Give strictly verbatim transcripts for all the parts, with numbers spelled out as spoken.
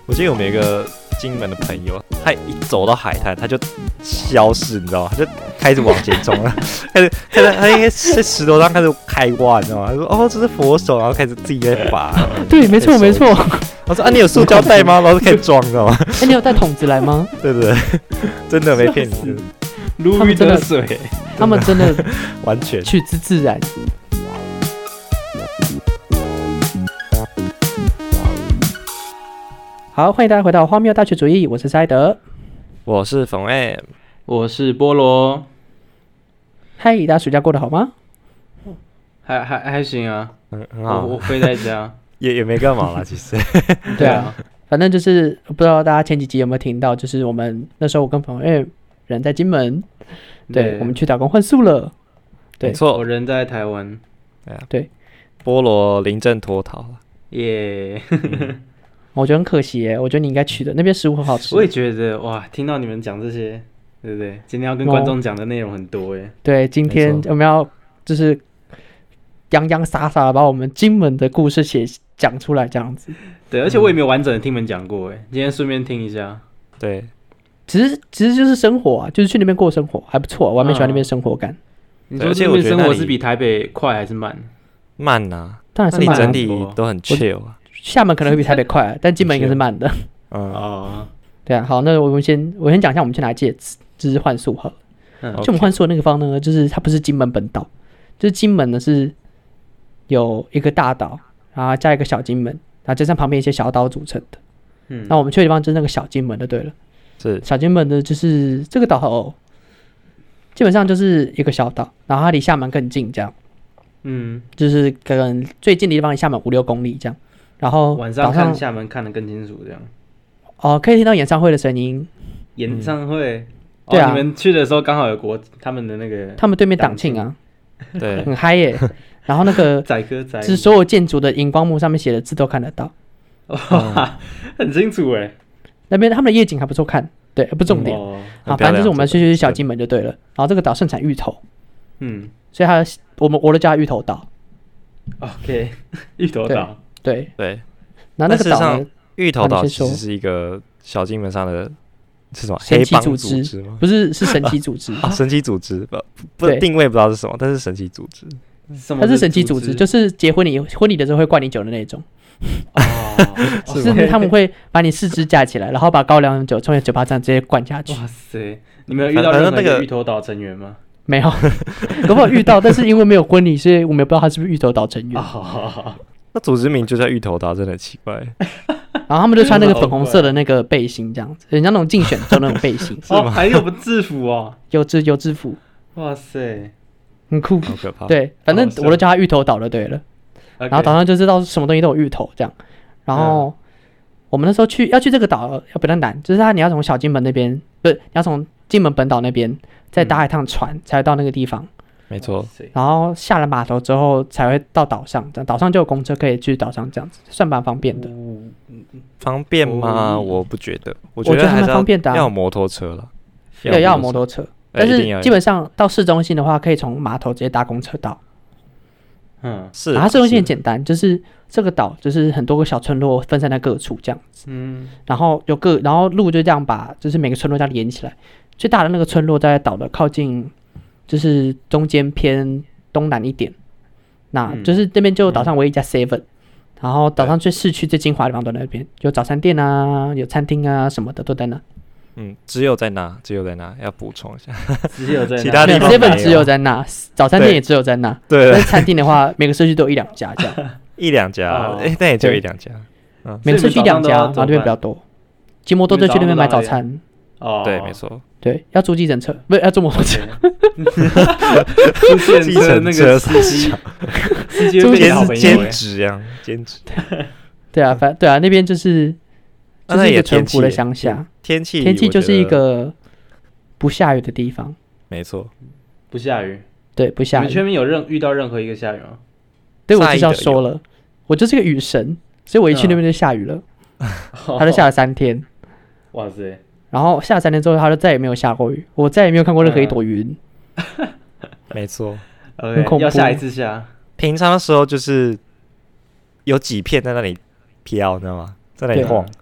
我记得我们有一个金门的朋友，他一走到海滩，他就消失，你知道吗？他就开始往前冲了，开始开始他应该在石头上开始开挖，你知道吗？他说哦这是佛手，然后开始自己在拔。 对，没错没错。 我说啊你有塑胶袋吗？然后开始装，你知道吗？ 哎、欸，你有带桶子来吗？ 对对对，真的没骗你。 如鱼得水， 他们真的完全取之自然。好，欢迎大家回到荒谬大学主义，我是塞德， 我是冯 M， 我是菠萝。 嗨，大家暑假过得好吗？ 还还还行啊， 很很好， 我我飞在家， 也也没干嘛啦，其实。 对啊，反正就是不知道大家前几集有没有听到，就是我们那时候我跟冯 M 人在金门，对，对我们去打工换宿了，对， 没错， 我人在台湾， 对啊， 对， 菠萝临阵脱逃了， 耶、 yeah 嗯。我觉得很可惜耶，我觉得你应该去的，那边食物很好吃。 我也觉得哇，听到你们讲这些，对不对？今天要跟观众讲的内容很多耶。 对，今天我们要就是洋洋洒洒的把我们金门的故事写讲出来，这样子。 对，而且我也没有完整的听你们讲过耶，今天顺便听一下。 对， 其实其实就是生活啊，就是去那边过生活，还不错，我还蛮喜欢那边生活感。 嗯、你说这边生活是比台北快还是慢？ 慢啊， 当然是慢、啊。 那你整体都很 chill 啊。 厦门可能会比台北快，但金门应该是慢的。 嗯哦， 对啊，好，那我们先我先讲一下我们去哪里借就是换宿好了。嗯，就我们换宿的那个方呢，就是它不是金门本岛，就是金门呢是有一个大岛，然后加一个小金门，然后加上旁边一些小岛组成的。嗯，那我们去的地方就是那个小金门就对了。 是小金门的就是这个岛、哦，基本上就是一个小岛，然后它离厦门更近，这样。嗯，就是可能最近的地方离厦门五六公里这样。然后晚上看厦门看得更清楚，这样哦，可以听到演唱会的声音。 演唱会，嗯哦、 对啊， 你们去的时候刚好有国他们的那个， 他们对面党庆啊， 对， 很嗨耶。然后那个载歌载舞， 就是所有建筑的荧光幕上面写的字都看得到， 哇，很清楚哎。 那边他们的夜景还不错看，对，不重点、嗯、啊，反正就是我们去小金门就对了。然后这个岛盛产芋头，嗯，所以它我们我都叫它芋头岛。 OK， 芋头岛。 对对， 然后那个岛呢， 芋头岛其实是一个小金门上的是什么神奇组织吗？不是，是神奇组织啊，神奇组织不不定位不知道是什么，但是神奇组织， 它是神奇组织，就是结婚你婚礼的时候会灌你酒的那种。哦，是他们会把你四肢架起来，然后把高粱酒从你嘴巴上直接灌下去。 哇塞，你们有遇到任何一个芋头岛成员吗？ 没有，搞不好遇到，但是因为没有婚礼，所以我们也不知道他是不是芋头岛成员。 哦那组织名就叫芋头岛，真的很奇怪。 然后他们就穿那个粉红色的那个背心，这样子，人家那种竞选中那种背心。 哦，还有不制服哦， 有制有制服。 哇塞， 很酷， 好可怕。 对，反正我都叫他芋头岛就对了。然后岛上就知道什么东西都有芋头这样。然后我们那时候去要去这个岛要比较难，就是他你要从小金门那边，不是你要从金门本岛那边再搭一趟船才到那个地方。 没错， 然后下了码头之后才会到岛上，这样岛上就有公车可以去岛上，这样子算蛮方便的。 方便吗？哦、我不觉得，我觉得还是蛮方便的、啊， 要有摩托车了。 对，要有摩托车，但是基本上到市中心的话，可以从码头直接搭公车到。 嗯，是。 然后市中心很简单，就是这个岛就是很多个小村落分散在各处这样子。嗯。然后有各，然后路就这样把，就是每个村落这样连起来。最大的那个村落在岛的靠近。就是中间偏东南一点，那就是这边就岛上唯一一家 seven，、嗯、然后岛上最市区最精华的地方都在那边，有早餐店啊，有餐厅啊什么的都在那。 嗯，只有在那，只有在那，要补充一下， 只有在那， 其他地方 seven 只有在那，早餐店也只有在那。 对， 但是餐厅的话，每个社区都有一两家这样。 一两家，哎、哦，但也只有一两家。 嗯，每个社区一两家，然后那边比较多。骑摩托车去那边买早餐。 哦，对，没错。 对，要租计程车，不是要租摩托车。 出现计程那个司机，司机兼兼职这样，兼职。 对啊，反对啊，那边就是就是一个淳朴的乡下， 天气天气就是一个不下雨的地方。 没错， 不下雨。 对，不下雨。 你们圈面有任遇到任何一个下雨吗？ 对，我就是要说了，我就是个雨神，所以我一去那边就下雨了，他就下了三天。 哇塞！ 然后下三天之后，他就再也没有下过雨，我再也没有看过任何一朵云。 嗯、没错， 很恐怖。要下一次下。 平常的时候就是有几片在那里飘，你知道吗？在那里晃。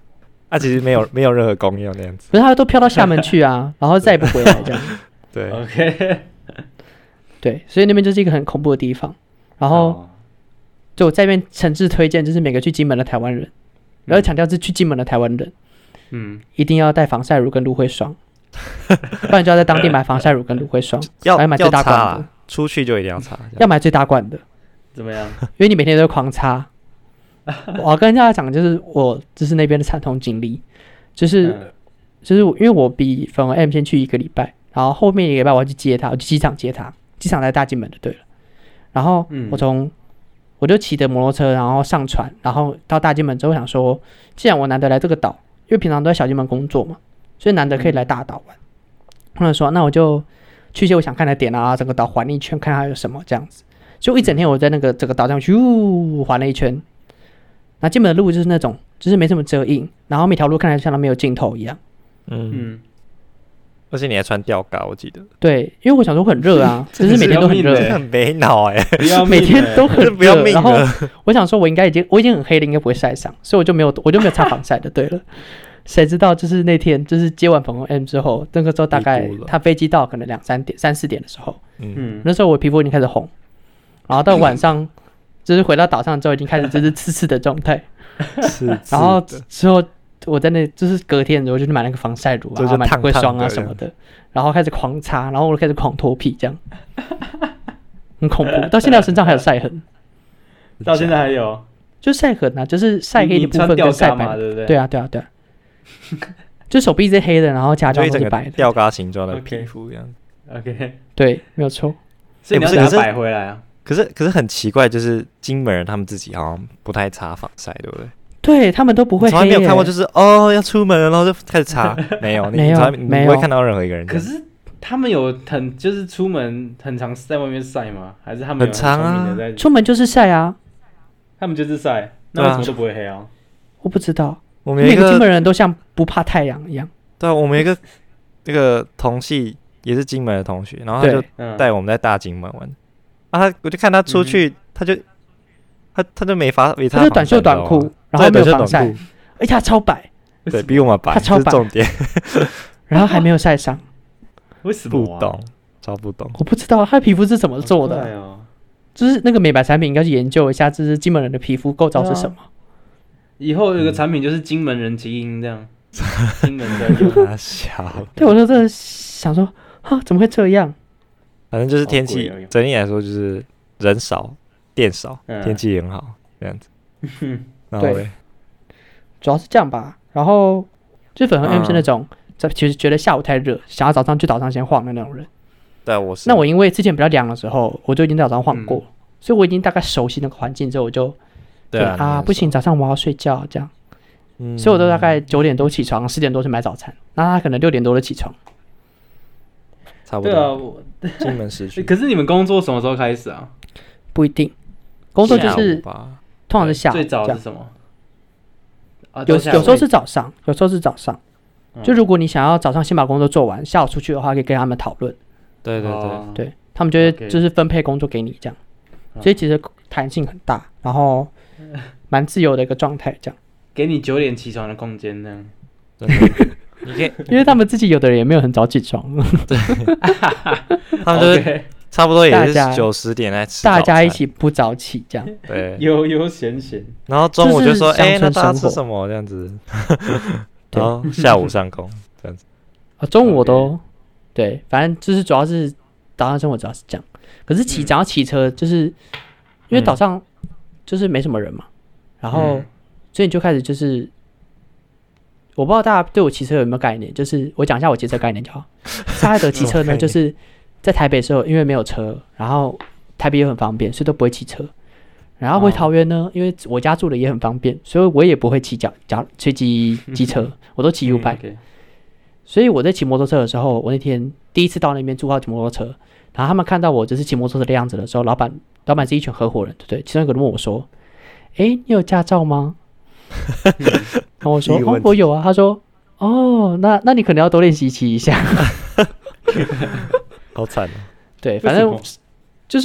啊，其实没有没有任何功用那样子。 可是他都飘到厦门去啊，然后再也不回来这样。 对 ，OK， 对，所以那边就是一个很恐怖的地方。然后就我在那边诚挚推荐，就是每个去金门的台湾人，然后强调是去金门的台湾人， 嗯， 一定要带防晒乳跟芦荟霜，不然就要在当地买防晒乳跟芦荟霜， 要还要买最大罐的， 出去就一定要擦， 要买最大罐的。 怎么样？ 因为你每天都会狂擦。我要跟大家讲，就是我就是那边的惨痛经历，就是、嗯、就是因为我比粉红 M 先去一个礼拜，然后后面一个礼拜我要去接他，我去机场接他，机场在大金门就对了。然后我从、嗯、我就骑着摩托车，然后上船，然后到大金门之后，想说，既然我难得来这个岛，因为平常都在小金门工作嘛，所以难得可以来大岛玩。或者、嗯、说，那我就去一些我想看的点啊，整个岛环一圈，看它有什么这样子。就一整天我在那个整个岛上咻环了一圈。那金门的路就是那种，就是没什么遮阴，然后每条路看起来像它没有尽头一样。 嗯嗯。而且你还穿吊嘎，我记得。 对，因为我想说很热啊，就是每天都很热， 很没脑哎， 每天都很热。然后欸、 我想说，我应该已经我已经很黑了，应该不会晒伤，所以我就没有我就没有擦防晒的。对了，谁知道就是那天就是接完粉红 M 之后，那个时候大概他飞机到可能两三点、三四点的时候，嗯，那时候我皮肤已经开始红，然后到晚上。就是回到岛上之后，已经开始就是刺刺的状态，然后之后我在那就是隔天我就去买那个防晒乳啊，然后买芦荟霜啊什么的，然后开始狂擦，然后我就开始狂脱皮，这样很恐怖。到现在我身上还有晒痕， 到现在还有， 就晒痕啊，就是晒黑的部分跟晒白，对不对？对啊，对啊，对啊，就手臂一直黑的，然后甲状腺是白的， 吊嘎形状的皮肤一样。 OK， 对，没有错。 所以你要把它摆回来啊。 可是可是很奇怪，就是金门人他们自己好像不太擦防晒，对不对？ 对他们都不会黑， 从来没有看过，就是哦要出门了，然后就开始擦，没有， 没有， 你不会看到任何一个人。 可是他们有很就是出门很常在外面晒吗？还是他们很常啊？ 出门就是晒啊， 他们就是晒，那为什么都不会黑啊？ 我不知道， 我们每个金门人都像不怕太阳一样。 对啊，我们一个那个同系也是金门的同学，然后他就带我们在大金门玩。啊，我就看他出去，嗯、他就他他就没发没擦， 他就短袖短裤，然后没有防晒，而且他超白， 对比我们白， 他超白， 重点， 然后还没有晒伤， 为什么、啊？ 不懂，超不懂， 我不知道他的皮肤是怎么做的， 哦、 就是那个美白产品应该去研究一下，就是金门人的皮肤构造是什么。啊、 以后有个产品就是金门人基因这样，金门的小， 对我就真的想说，啊，怎么会这样？ 反正就是天气，整体来说就是人少、店少，嗯、天气很好这样子。然后对， 主要是这样吧。然后就粉红 M 是那种，嗯、其实觉得下午太热，想要早上去岛上先晃的那种人。 对，我是。 那我因为之前比较凉的时候，我就已经在岛上晃过，嗯、所以我已经大概熟悉那个环境之后，我就对 啊, 啊不行，早上我要睡觉这样。嗯、所以我都大概九点多起床，十点多去买早餐，那他可能六点多就起床。 差不多。 对啊，我金门市区。 可是你们工作什么时候开始啊？ 不一定，工作就是通常是下午。 最早是什么？ 啊、有有时候是早上，有时候是早上。嗯、就如果你想要早上先把工作做完，下午出去的话，可以跟他们讨论。 对对对， 哦、 对他们就会就是分配工作给你这样，嗯、所以其实弹性很大，然后蛮自由的一个状态这样。 给你九点起床的空间这样。 你可以， 因为他们自己有的人也没有很早起床， 对，他们就是差不多也是九十点来吃， 大家一起不早起这样， 对， 悠悠闲闲， 然后中午就说，哎、欸，那大家吃什么这样子，然后下午上工这样子， 啊，中午我都 okay. 对，反正就是主要是岛上生活主要是这样，可是骑讲到骑车，就是因为岛上就是没什么人嘛，然后、嗯、所以你就开始就是。我不知道大家对我骑车有没有概念，就是我讲一下我骑车概念就好。沙海德骑车呢，就是在台北的时候，因为没有车，然后台北也很方便，所以都不会骑车。然后回桃园呢，因为我家住的也很方便，所以我也不会骑脚脚骑机机车，我都骑 U-Bike、嗯。所以我在骑摩托车的时候，我那天第一次到那边租到骑摩托车，然后他们看到我就是骑摩托车的样子的时候，老板老板是一群合伙人，对不对？其中一个人问我说：“哎，你有驾照吗？”然后我说哦我有啊，他说哦那那你可能要多练习骑一下， 好惨哦。 对，反正就是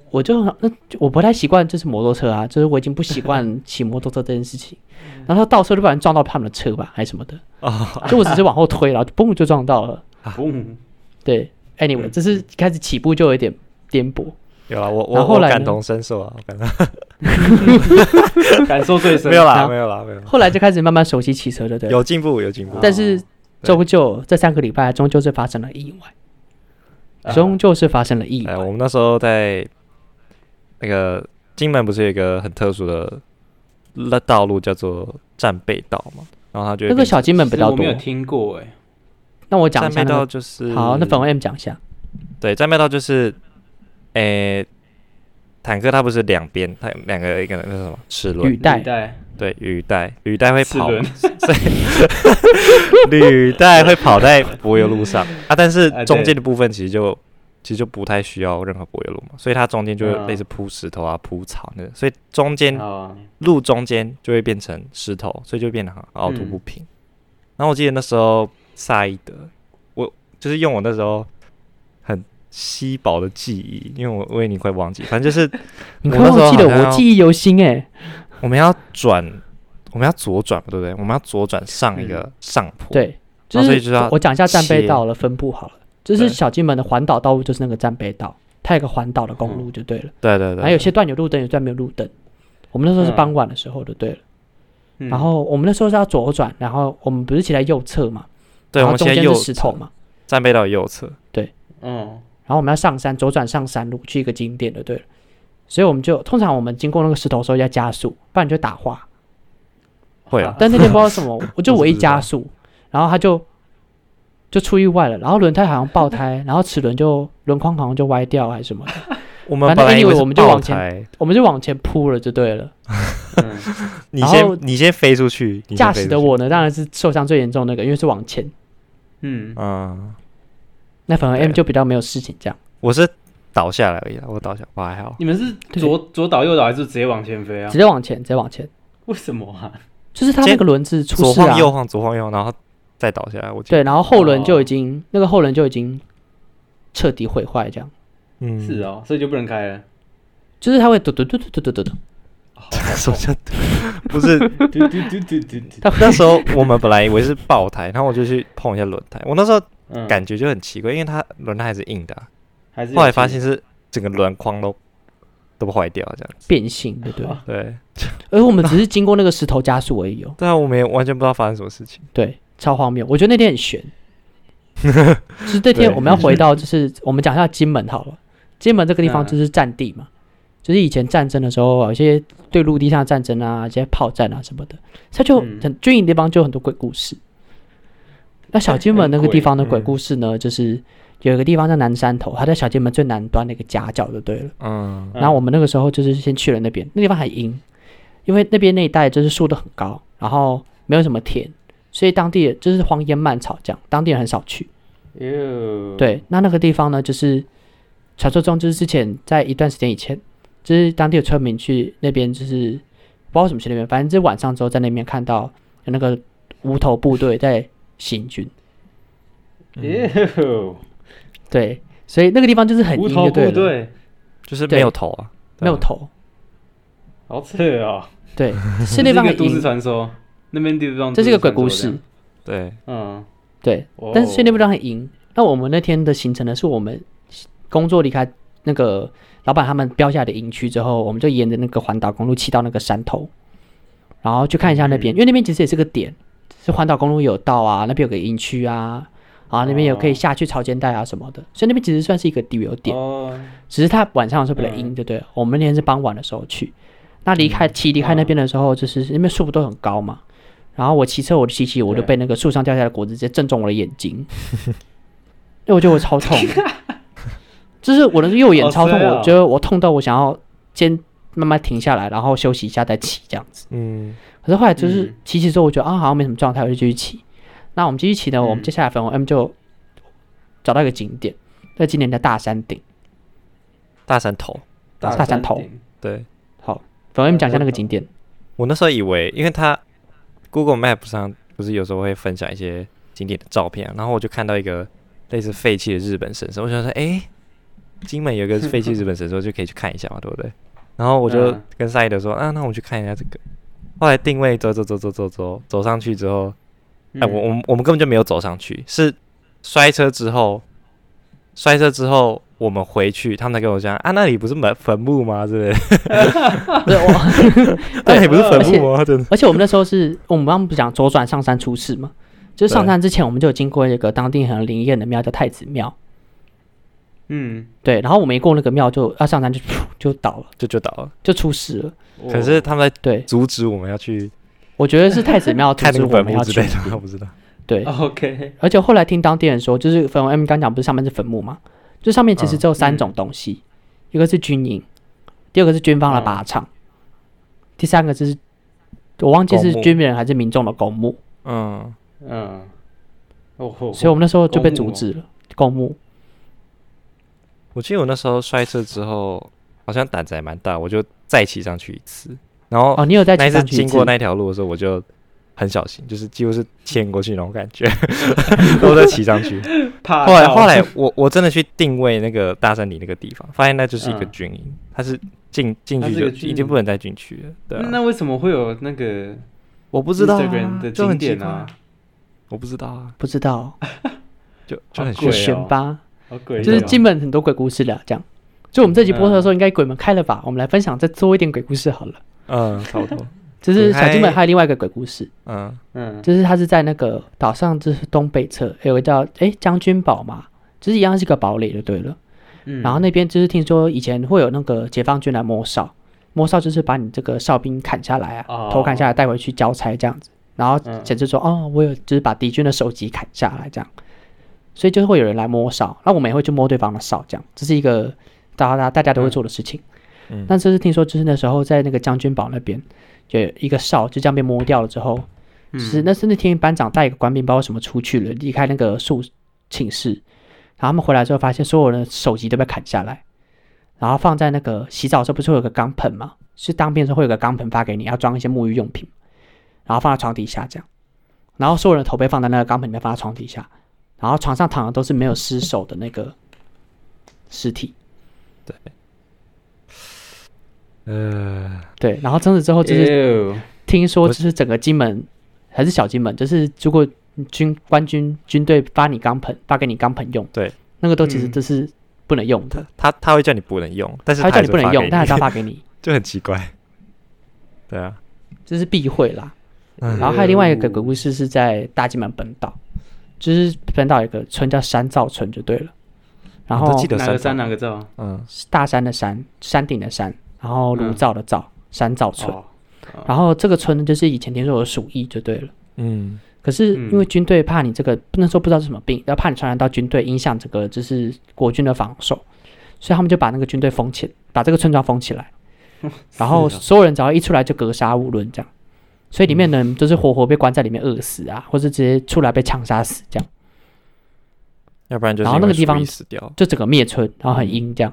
我就那我不太习惯就是摩托车啊，就是我已经不习惯骑摩托车这件事情。然后他倒车就不然撞到他们的车吧，还是什么的。 哦， 就我只是往后推，然后就嘣就撞到了。 嘣， 对 ，anyway，这是开始起步就有点颠簸。 有啊，我我然后后来呢我感同身受啊，我感同感受最深。 没有啦， 然后没有啦，没有啦。 后来就开始慢慢熟悉骑车，对不对？ 有进步，有进步。 但是终究这三个礼拜终究是发生了意外，终究是发生了意哎， 外。 我们那时候在那个金门不是有一个很特殊的道路叫做战备道嘛？然后它就会变成那个小金门比较多我没有，听过哎。 那我讲一下战备道那个。 就是好，那粉红 M 讲一下。 对，战备道就是，诶、坦克它不是两边，它有两个一个那是什么齿轮履？带履带对，履带，履带会跑， 齿轮所以履带会跑在柏油路上啊，但是啊对中间的部分其实就其实就不太需要任何柏油路嘛，所以它中间就会嗯类似铺石头啊、铺草那个，所以中间啊， 路中间就会变成石头，所以就变得很凹凸不嗯平。然后我记得那时候萨伊德，我就是用我那时候很稀薄的记忆，因为我我已经快忘记，反正就是你我那时候快忘记了， 好像我记忆犹新哎。 我们要转，我们要左转，对不对？我们要左转上一个上坡， 对，就是然后所以就要我讲一下战备切道的分布好了，就是对小金门的环岛道路就是那个战备道，它有个环岛的公路就对了， 对对对， 还有些段有路灯，有段没有路灯。我们那时候是傍晚的时候就对了， 嗯然后我们那时候是要左转，然后我们不是骑在右侧嘛， 对， 然我们现在右后中间是石头侧， 嘛， 站背道右侧， 嗯， 然后我们要上山，左转上山路去一个景点就对了，所以我们就通常我们经过那个石头的时候要加速，不然你就打滑。 会啊， 但那天不知道什么，我就我一我是不知道加速，然后他就就出意外了，然后轮胎好像爆胎，然后齿轮就轮框好像就歪掉还是什么的， 我们反正本来以为 anyway 是我们就往前爆胎， 我们就往前扑了就对了。 嗯你然后先你先飞出去，你先驾飞出去， 驶的我呢，当然是受伤最严重那个，因为是往前。 嗯， 嗯， 那反而对 M 就比较没有事情这样。 我是倒下来而已啦，我倒下，我还好， 你们是左左倒右倒还是直接往前飞啊直？接往前，直接往前， 为什么啊？ 就是它那个轮子出左事啊晃。右晃，左晃右晃，然后再倒下来，我记得， 对，然后后轮就哦已经、那个后轮就已经彻底毁坏，这样嗯， 是哦，所以就不能开了。 就是它会嘟嘟嘟嘟嘟嘟嘟嘟， 什么叫不是？ 嘟嘟嘟嘟嘟嘟， 他那时候我们本来以为是爆胎，然后我就去碰一下轮胎，我那时候嗯感觉就很奇怪，因为它轮胎还是硬的啊、 还是有后来发现气是整个轮框都都坏掉这样子。 变形，对不对？ 对而我们只是经过那个石头加速而已哦。 对啊，我们也完全不知道发生什么事情。 对，超荒谬。我觉得那天很悬。就是那天对我们要回到，就是我们讲一下金门好了。金门这个地方嗯就是战地嘛，就是以前战争的时候，有一些对陆地上的战争啊，一些炮战啊什么的，它就嗯很军营地方就有很多鬼故事。那小金门那个地方的鬼嗯故事呢，就是有一个地方叫南山头，它在小金门最南端的一个夹角就对了。 嗯然后我们那个时候就是先去了那边，那地方很阴，因为那边那一带就是树都很高，然后没有什么田，所以当地人就是荒烟蔓草这样，当地人很少去。 哟， 对，那那个地方呢，就是传说中就是之前在一段时间以前，就是当地的村民去那边，就是不知道为什么去那边，反正就是晚上之后在那边看到有那个无头部队在行军。 哟， 对，所以那个地方就是很无头阴就对了， 部队， 就是没有头啊，对啊没有。头。 好扯哦。 对，是那地方很这是一个都市阴， 传说，那边地方这是一个鬼故事都市传说。 对， 这样。嗯， 对， 哦但是所以那地方很阴。那我们那天的行程呢，是我们工作离开那个老板他们标下的营区之后，我们就沿着那个环岛公路骑到那个山头，然后去看一下那边， 嗯因为那边其实也是个点，是环岛公路有道啊，那边有个营区啊，啊那边有可以下去潮间带啊什么的，所以那边其实算是一个旅游点， 哦， 只是它晚上的时候比较阴，对不对了？我们那天是傍晚的时候去，那离开骑离开那边的时候，就是那边树都很高嘛，然后我骑车我就骑骑，我就被那个树上掉下来的果子直接正中我的眼睛，因为我觉得我超痛，就是我的右眼超痛， 好衰哦我觉得我痛到我想要先慢慢停下来，然后休息一下再骑这样子。 嗯， 可是后来就是嗯骑骑之后，我觉得啊好像没什么状态，我就继续骑。那我们继续骑呢，我们嗯接下来粉红 M 就找到一个景点，那个景点在大山顶。 大山头。 大山头顶对， 好，粉红 M 讲一下那个景点。 我那时候以为，因为他 Google Map 上不是有时候会分享一些景点的照片啊、然后我就看到一个类似废弃的日本神社，我就想说，哎、 金门有一个废弃日本神社，就可以去看一下嘛，对不对？然后我就跟赛德说，啊，那我们去看一下这个。后来定位走走走走走走走上去之后，哎、嗯，我我们我们根本就没有走上去，是摔车之后，摔车之后我们回去，他们才跟我讲啊，那里不是坟墓吗？是不是？ 不是我， 那里不是坟墓吗？真的。 而且我们那时候是我们刚刚不是讲左转上山出事嘛？就是上山之前，我们就有经过一个当地很灵验的庙，叫太子庙。嗯，对，然后我们一过那个庙就要上山就就倒了， 就就倒了， 就出事了。 可是他们在对阻止我们要去， 我觉得是太子庙阻止我们要去， 我不知道。 对 ，OK。 而且后来听当地人说，就是坟墓，M 刚讲不是上面是坟墓吗？就上面其实只有三种东西，嗯、一个是军营，第二个是军方的靶场，嗯、第三个就是我忘记是军人还是民众的公墓。嗯嗯，哦，所以我们那时候就被阻止了公墓。 我记得我那时候摔车之后，好像胆子还蛮大，我就再骑上去一次。然后哦，你有再骑上去一次？ 那一次经过那条路的时候，我就很小心，就是几乎是牵过去那种感觉，然后再骑上去。后来后来我我真的去定位那个大山里那个地方，发现那就是一个军营，嗯、它是进进去就已经不能再进去了。对、啊， 那为什么会有那个？ 我不知道、啊， 的景点啊， 我不知道啊， 不知道， 就就很悬吧。 好鬼， 就是金门很多鬼故事的，这样。就我们这集播出的时候，应该鬼门开了吧？我们来分享，再多一点鬼故事好了。 嗯，差不多。 就是小金门还有另外一个鬼故事，嗯嗯，就是它是在那个岛上，就是东北侧有个叫哎将军堡嘛，就是一样是个堡垒就对了。嗯，然后那边就是听说以前会有那个解放军来摸哨，摸哨就是把你这个哨兵砍下来啊，哦、头砍下来带回去交差这样子，然后显示说、嗯、哦，我有就是把敌军的首级砍下来这样。所以就是会有人来摸哨，那我们也会去摸对方的哨，这样这是一个大家大家都会做的事情。嗯，但这是听说就是那时候在那个将军堡那边有一个哨就这样被摸掉了之后，嗯、就是那是那天班长带一个官兵，不知道为什么出去了，离开那个宿寝室，然后他们回来之后发现所有人的首级都被砍下来，然后放在那个洗澡的时候不是会有个钢盆吗？是当兵的时候会有个钢盆发给你，要装一些沐浴用品，然后放在床底下这样，然后所有人的头被放在那个钢盆里面，放在床底下。然后床上躺的都是没有尸首的那个尸体， 对，呃， 对，然后从此之后就是听说，就是整个金门还是小金门，就是如果军官军军队发你钢盆，发给你钢盆用， 对， 那个都其实都是不能用的。 嗯、他他会叫你不能用，但是他会叫你不能用，但还是要发给你， 就很奇怪。对啊， 这是避讳啦。嗯、然后还有另外一个鬼故事是在大金门本岛。就是本岛有一个村叫山灶村就对了，然后哪个山哪个灶？ 嗯，大山的山，山顶的山，然后炉灶的灶，嗯、山灶村。哦哦、然后这个村就是以前听说有鼠疫就对了，嗯。可是因为军队怕你这个那时候不知道是什么病，要怕你传染到军队，影响这个就是国军的防守，所以他们就把那个军队封起，把这个村庄封起来，然后所有人只要一出来就格杀勿论这样。所以里面的人都是活活被关在里面饿死啊，或是直接出来被枪杀死这样。 要不然就是然后那个地方死掉， 就整个灭村，然后很阴这样。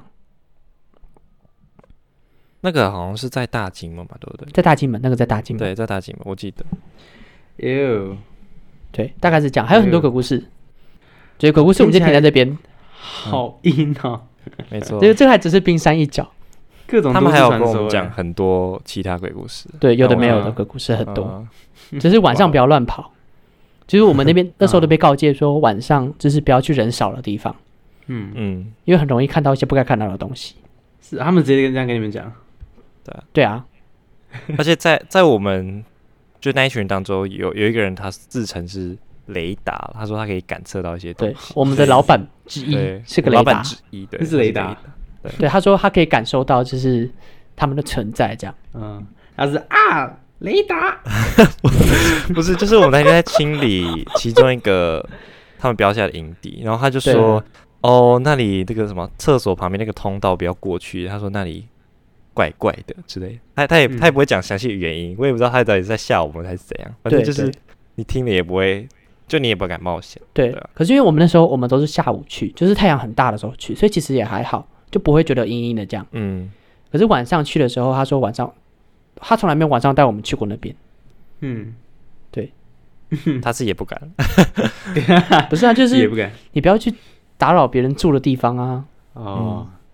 那个好像是在大金门嘛，对不对？ 在大金门，那个在大金门。 对，在大金门，我记得。 哟， 对，大概是这样，还有很多鬼故事。所以鬼故事我们就停在这边。 好阴啊！ 没错， 这个还只是冰山一角。 各种他们还有跟我们讲很多其他鬼故事， 对，有的没有的鬼故事很多，嗯、只是晚上不要乱跑。就是我们那边那时候都被告诫说，晚上就是不要去人少的地方，嗯嗯，因为很容易看到一些不该看到的东西。 是他们直接这样跟你们讲， 对啊， 对啊。 而且在在我们就那一群人当中，有有一个人他自称是雷达，他说他可以感测到一些东西。 对，我们的老板之一是个雷达， 老板之一，对， 是雷达。 对, 对，他说他可以感受到就是他们的存在，这样。嗯， 他是啊，雷达， 不是，就是我们那天在清理其中一个他们标下的营地，然后他就说，哦，那里这个什么厕所旁边那个通道不要过去，他说那里怪怪的之类的，他他也、嗯、他也不会讲详细的原因，我也不知道他到底是在吓我们还是怎样，反正就是你听了也不会。就你也不敢冒险， 对。对啊、可是因为我们那时候我们都是下午去，就是太阳很大的时候去，所以其实也还好，就不会觉得阴阴的这样。嗯。可是晚上去的时候，他说晚上，他从来没有晚上带我们去过那边。嗯，对。 他是也不敢。 不是啊，就是也不敢。 你不要去打扰别人住的地方啊。 哦、嗯，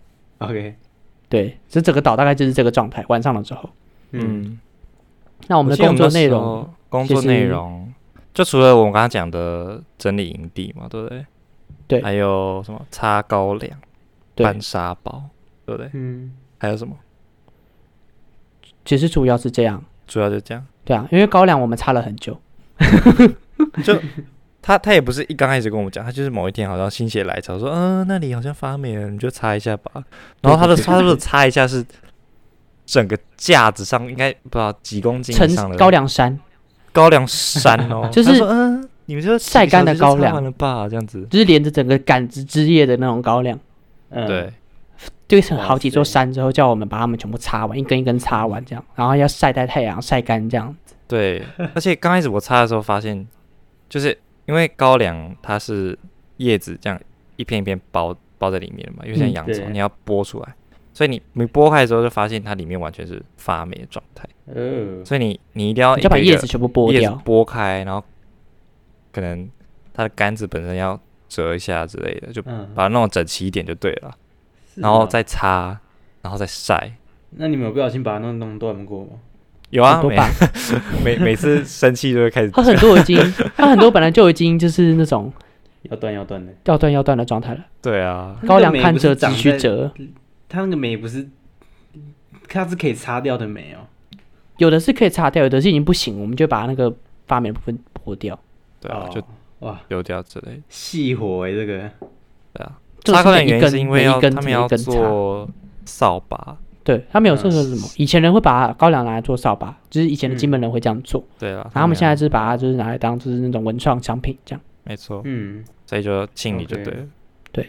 OK， 对，这整个岛大概就是这个状态，晚上的时候。 嗯， 那我们的工作内容， 我记得我们那时候工作内容就除了我们刚刚讲的整理营地嘛，对不对？ 对， 还有什么擦高粱、 对搬沙包，对不对？ 嗯， 还有什么？ 其实主要是这样。 主要就这样。 对啊，因为高粱我们擦了很久， 就他他也不是一刚开始跟我们讲，他就是某一天好像心血来潮说，嗯、呃，那里好像发霉了，你就擦一下吧。然后他的他的擦一下是整个架子上应该不知道几公斤以上的高粱山， 高粱山哦， 就是嗯、呃，你们就晒干的高粱完了吧，这样子， 就是连着整个杆子枝叶的那种高粱， 嗯， 对， 堆成好几座山之后，叫我们把它们全部擦完，一根一根擦完这样，然后要晒在太阳晒干这样子。 对，而且刚开始我擦的时候发现，就是因为高粱它是叶子这样一片一片包包在里面的嘛，因为像洋葱、嗯、你要剥出来，所以你你剥开的时候就发现它里面完全是发霉的状态。 呃， 所以你你一定要你就把叶子全部剥掉， 叶子剥开，然后可能它的杆子本身要折一下之类的，就把它弄整齐一点就对了，嗯、然后再擦，然后再晒。 那你们有不小心把它弄弄断过吗？ 有啊，每每每次生气就会开始。 它很多已经，它很多本来就已经就是那种要断要断的， 要断要断的状态了。 对啊， 高粱看折急需折， 它那个霉不是，它是可以擦掉的霉哦。 有的是可以擦掉，有的是已经不行，我们就把那个发霉的部分剥掉。 对啊，就哇丢掉之类的。 细活哎、欸，这个。 对啊，擦高粱原因是因为要他们要做扫把。对， 他们有说什么？以前人会把高粱拿来做扫把，就是以前的金门人会这样做。 对啊， 然后他们现在就是把它就是拿来当就是那种文创商品这样。 没错， 嗯， 所以就清理就对了。 对。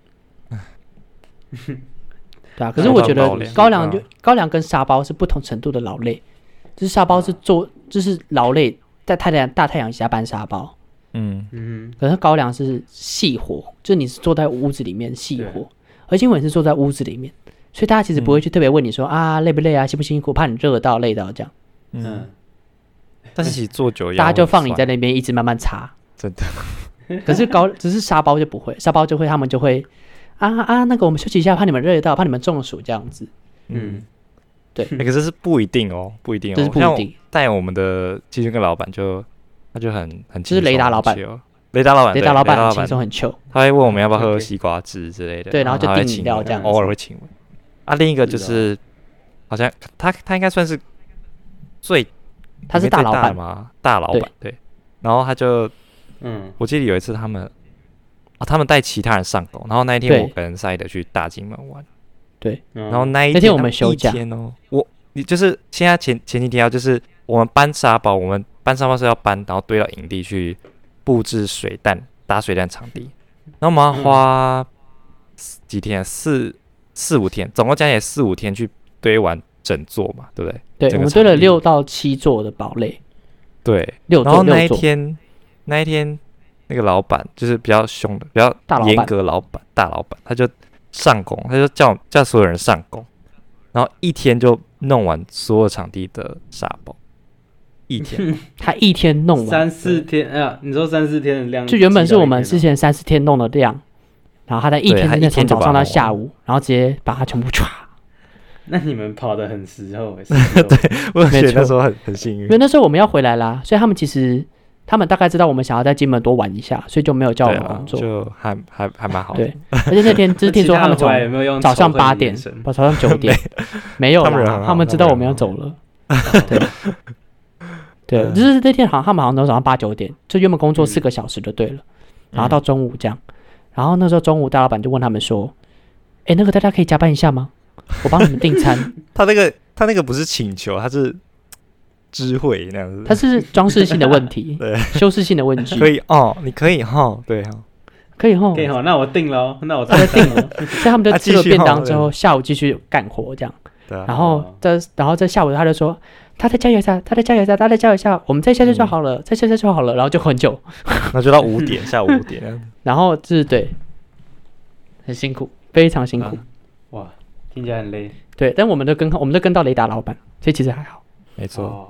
对啊，可是我觉得高粱就高粱跟沙包是不同程度的劳累，就是沙包是做就是劳累，在太阳大太阳下搬沙包。 嗯嗯。 可是高粱是细活，就是你是坐在屋子里面细活，而金文是坐在屋子里面。所以大家其实不会去特别问你说、嗯、啊累不累啊辛不辛苦，怕你热到累到这样。 嗯，但是其实坐久大家就放你在那边一直慢慢擦， 真的。 可是高只是沙包就不会，沙包就会他们就会啊啊那个我们休息一下，怕你们热到，怕你们中暑这样子。 嗯， 对。 欸、可是是不一定哦，不一定哦， 这是不一定。 带我们的其中一个老板就他就很很就是雷达老板。 雷达老板， 雷达老板很轻松很糗， 他会问我们要不要喝西瓜汁之类的， 对，然后就订饮料这样， 偶尔会请我。啊，另一个就是，好像他他应该算是最， 他是大老板吗？大老板 对, 对。然后他就，嗯，我记得有一次他们，啊，他们带其他人上工，然后那一天我跟赛德去大金门玩， 对。 然后那一天那天我们休假哦，我你就是现在前前几天要就是我们搬沙包，我们搬沙包是要搬，然后堆到营地去布置水弹打水弹场地，然后我们要花几天四。四五天，总共加起来四五天去堆完整座嘛，对不对？ 对，我们堆了六到七座的堡垒。 对， 六座。 然后那一天，那一天那个老板就是比较凶的，比较严格老板，大老板，他就上工，他就叫叫所有人上工，然后一天就弄完所有场地的沙包，一天， 他一天弄完三四天啊？你说三四天的量， 就原本是我们之前三四天弄的量。然后他在一天之内从早上到下午，然后直接把它全部唰。 那你们跑得很时候， 对，我觉得那时候很很幸运， 因为那时候我们要回来啦，所以他们其实他们大概知道我们想要在金门多玩一下，所以就没有叫我们工作， 啊、就还还还蛮好的。 对，而且那天就是听说他们从早上八点到早上九点，没有啦，他们知道我们要走了。对，对，就是那天好像他们好像都早上八九点，就原本工作四个小时就对了，然后到中午这样。然后那时候中午大老板就问他们说：“哎，那个大家可以加班一下吗？我帮你们订餐。” 他那个他那个不是请求，他是知会那样子。 他是装饰性的问题， 对， 修饰性的问题。 可以哦，你可以哈，对哈， 可以哈， 可以哈，那我订了，那我他就订了。所以他们就吃了便当之后，下午继续干活这样。 对啊。 然后在然后在下午他就说：“他再加油一下，他再加油一下，他再加油一下，我们再下去就好了，再下去就好了。”然后就很久， 那就到五点，下午五点。 然后就是对，很辛苦，非常辛苦。 哇，听起来很累。 对，但我们都跟我们都跟到雷达老板，所以其实还好。 没错。 哦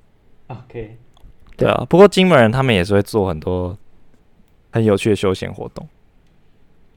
OK。 对啊，不过金门人他们也是会做很多很有趣的休闲活动。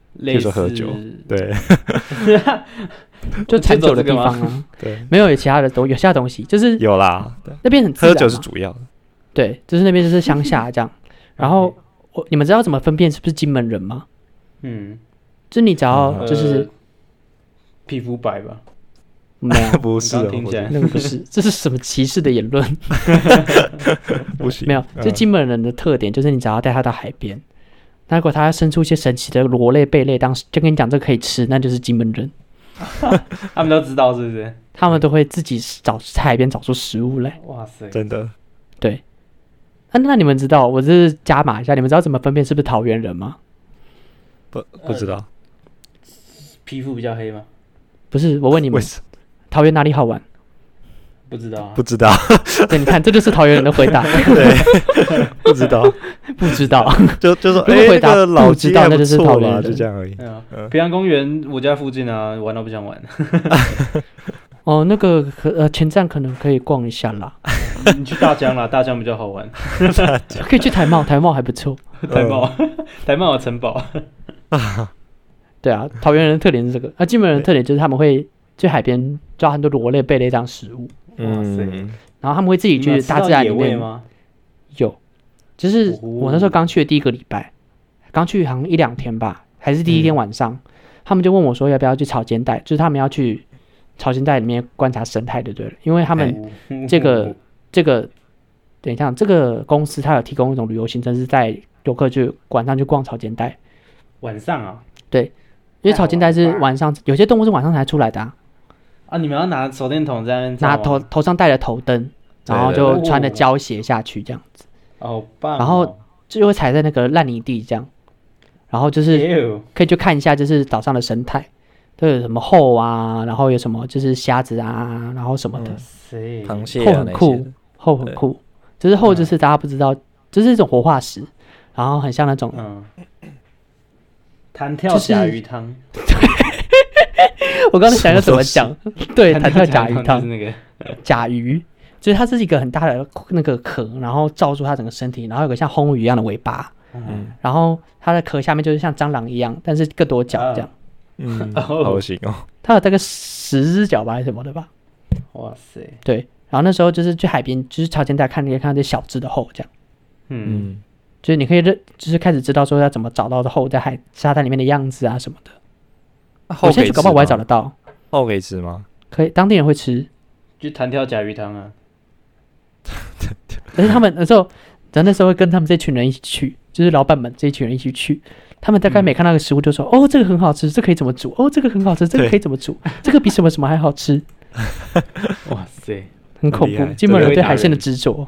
类似比如说喝酒，对就产酒的地方啊。 对， 没有有其他的东有其他东西，就是有啦，对那边很自然嘛喝酒是主要的。 对，就是那边就是乡下这样。然后我你们知道怎么分辨是不是金门人吗？ 嗯， 就你只要嗯就是、 呃皮肤白吧， 没有不是哦， 刚听起来那个不是，这是什么歧视的言论？ 不行， 没有，就金门人的特点就是你只要带他到海边，那如果他生出一些神奇的螺类、贝类，当时就跟你讲这个可以吃，那就是金门人。 他们都知道是不是？ 他们都会自己找在海边找出食物来。 哇塞， 真的对，啊，那你们知道，我这是加码一下，你们知道怎么分辨是不是桃园人吗？ 不不知道皮肤比较黑吗？ 不是，我问你们为，什么桃园哪里好玩？ 不知道啊不，知道， 对，你看，这就是桃园人的回答， 对，不知道， 不知道。 就就说哎， 如果回答那个老不知道街还不那就是错啦， 桃园人就这样而已。 对啊嗯， 平阳公园我家附近啊，玩到不想玩。 哦，那个可呃前站可能可以逛一下啦， 你去大江啦，大江比较好玩。 可以去台茂，台茂还不错。 台茂，台茂有城堡。 对啊，桃园人的特点是这个，啊，金门人的特点就是他们会去海边抓很多螺类、贝类这样食物， 哇塞嗯， 然后他们会自己你们有去大自然里面吃到野味吗？ 有，就是哦我那时候刚去的第一个礼拜，刚去好像一两天吧，还是第一天晚上，他们就问我说要不要去潮间带，就是他们要去潮间带里面观察生态就对了，因为他们哎这个这个，等一下，这个公司它有提供一种旅游行程，是在游客去晚上去逛潮间带， 晚上啊因为潮间带是晚上，有些动物是晚上才出来的啊， 啊，你们要拿手电筒在那边照吗拿头头上戴着头灯，然后对就对穿着胶鞋下去这样子， 好棒哦， 然后就会踩在那个烂泥地这样，然后就是是可以去看一下，就是岛上的生态，都有什么后啊，然后有什么就是虾子啊，然后什么的， 谁螃蟹后很酷啊那些的， 后很酷，就是后就是大家不知道，就是一种活化石，然后很像那种， 嗯，弹跳就是甲鱼汤， 我刚才想要怎么讲，对，弹跳甲鱼就是汤， 那个甲鱼。就是它是一个很大的那个壳，然后罩住它整个身体，然后有个像红鱼一样的尾巴， 嗯， 然后它的壳下面就是像蟑螂一样，但是更多角这样。 嗯， 哦好恶心哦， 它有大概十只脚吧，还是什么的吧？ 哇塞， 对。然后那时候就是去海边，就是潮间带看，你可以看到这些小只的后这样。 嗯， 嗯， 就是你可以认，就是开始知道说要怎么找到后在海沙滩里面的样子啊什么的。 后可以吃我现在去搞不好我还找吗得到， 后可以吃吗？ 可以，当地人会吃， 就弹跳甲鱼汤啊， 但是他们那时候，咱那时候会跟他们这群人一起去，就是老板们这一群人一起去。他们大概每看到个食物就说：“哦，这个很好吃，这可以怎么煮？哦，这个很好吃，这个可以怎么煮？这个比什么什么还好吃。 哇塞，” 很恐怖很厉害， 金门人这个会打对海鲜的人执着。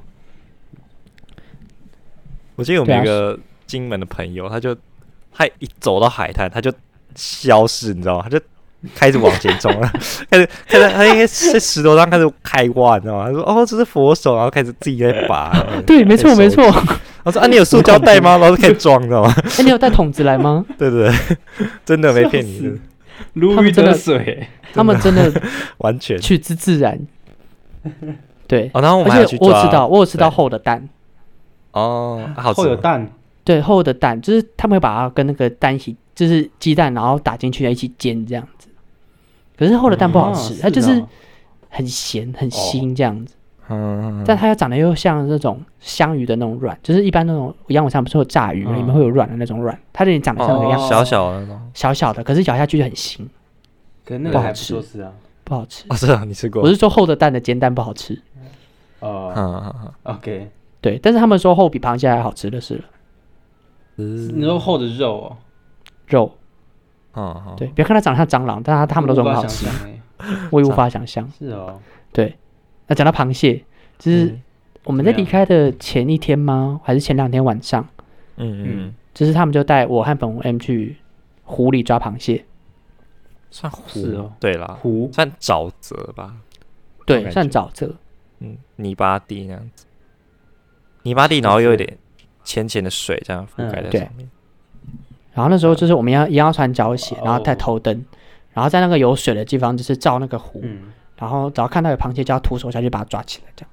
我记得我对啊们一个金门的朋友，他就他一走到海滩，他就消失，你知道吗？他就开始往前冲了，开始开始他应该在石头上开始开挖，你知道吗？他说：“哦，这是佛手。”然后开始自己在拔。 对，没错没错。 我说：“啊，你有塑胶袋吗？”然后就开始装，你知道吗？ 哎，你有带桶子来吗？ 对对对，真的没骗你笑死的， 如鱼得水， 他们真的完全。 取之自然。对， 哦，然后我而们还有去抓且我有吃到，我有吃到对后的蛋。 哦，啊好吃吗后有蛋， 对，厚的蛋就是他们会把它跟那个蛋一起，就是鸡蛋，然后打进去一起煎这样子。可是厚的蛋不好吃， 哦它就是哦很咸很腥这样子， 嗯， 但它又长得又像那种香鱼的那种软，就是一般那种阳尾上不是有炸鱼， 嗯里面会有软的那种软，它有点长得像那个样子， 哦小小的那种。 小小的，可是咬下去就很腥， 可是那个还不不好吃错吃啊。 不好吃。 哦，是啊，你吃过？ 我是说厚的蛋的煎蛋不好吃， 哦嗯嗯嗯 ，OK， 对，但是他们说厚比螃蟹还好吃的是了嗯， 你说厚的肉哦， 肉， 嗯嗯， 对，别看它长得像蟑螂，但它它们都说很好吃无法，想象欸我也无法想象。 是哦， 对，那讲到螃蟹，就是嗯我们在怎么样离开的前一天吗？还是前两天晚上？ 嗯嗯， 就是他们就带我和粉红 M 去湖里抓螃蟹， 算湖是哦对啦， 湖算沼泽吧， 对， 感觉算沼泽。 嗯，泥巴地那样子，泥巴地，然后又有点浅浅的水这样覆盖在对上面。 然后那时候就是我们要一样要穿胶鞋， 哦然后带头灯，然后在那个有水的地方就是照那个湖， 嗯， 然后只要看到有螃蟹就要徒手下去把它抓起来，这样。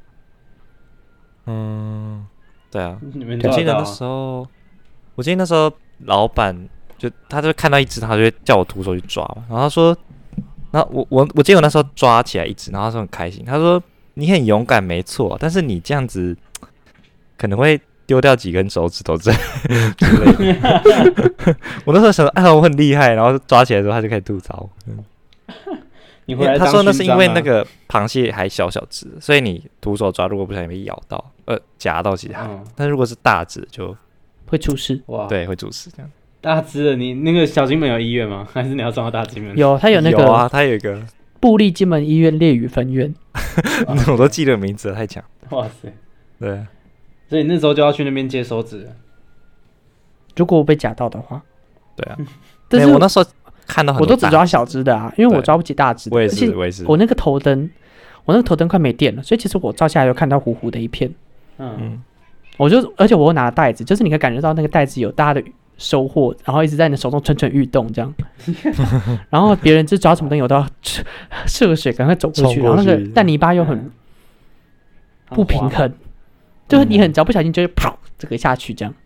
嗯，对啊， 你们我记得那抓得到啊时候，我记得那时候老板就他就看到一只，他就会叫我徒手去抓嘛。然后他说，然后我我我记得我那时候抓起来一只，然后他说很开心，他说你很勇敢没错，但是你这样子可能会丢掉几根手指头之类的。我那时候想说，哎，我很厉害，然后抓起来的时候他就开始吐槽。嗯你回来当他说那是因为勋章啊那个螃蟹还小小只，所以你徒手抓，如果不小心被咬到，呃，夹到其他。 嗯但如果是大只，就会出事。 哇， 对会主食这样。 大只的，你那个小金门有医院吗？还是你要装到大金门？ 有，他有那有啊， 个他有一个， 布利金门医院烈屿分院， 我都记得名字了，太强。 哇塞！ 对， 所以你那时候就要去那边接手指了。 如果我被夹到的话， 对啊。 但是没有我那时候看到很多大我都只抓小只的啊，因为我对抓不起大只的。 我也而且是，我也是。 我那个头灯，我那个头灯快没电了，所以其实我照下来就看到糊糊的一片。 嗯， 嗯， 我就而且我又拿了袋子，就是你可以感觉到那个袋子有大家的收获，然后一直在你的手中蠢蠢欲动这样。然后别人就抓什么东西，我都要涉水赶快走过去， 冲过去然后那个但泥巴又很不平衡，就是你很只要不小心就会跑这个下去这样。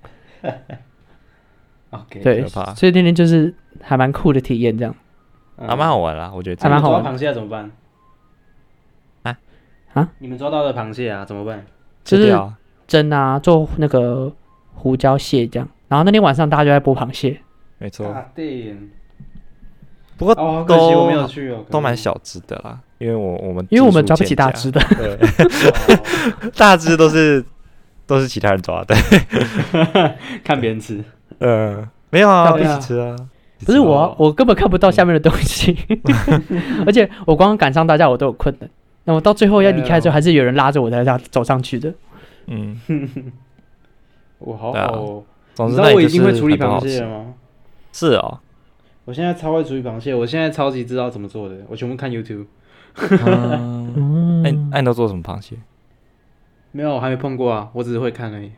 OK， 对可怕， 所以那天就是还蛮酷的体验这样。 嗯还蛮好玩啦，我觉得这样。 还蛮好玩抓螃蟹要怎么办？ 啊啊！ 你们抓到的螃蟹啊，怎么办？ 就是吃掉啊蒸啊，做那个胡椒蟹这样。然后那天晚上大家就在剥螃蟹， 没错。 啊对， 不过哦，好可惜都我没有去哦， 都蛮小只的啦，因为我我们因为我们技术抓不起欠佳大只的。 对， 哦大只都是都是其他人抓的。 看别人吃。 呃，没有啊，一对啊起吃啊。 不是我哦， 我根本看不到下面的东西，而且我光赶上大家我都有困难。那我到最后要离开的时候，还是有人拉着我才这样走上去的。 嗯， 我好对啊好哦。 总之你知道我已经那里就是会处理螃很多好吃蟹了吗？ 是哦， 我现在超会处理螃蟹，我现在超级知道怎么做的，我全部看 YouTube。 嗯， 嗯那你那你都做什么螃蟹？ 没有，我还没碰过啊，我只是会看而已。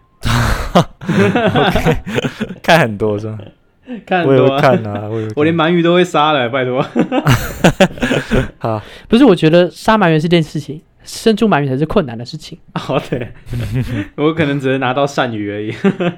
看很多是吧？ 看很我也会多啊， 看啊，我也会看我连鳗鱼都会杀了，拜托。 好， 不是，我觉得杀鳗鱼是件事情，生出鳗鱼才是困难的事情。 哦，对，我可能只能拿到鳝鱼而已。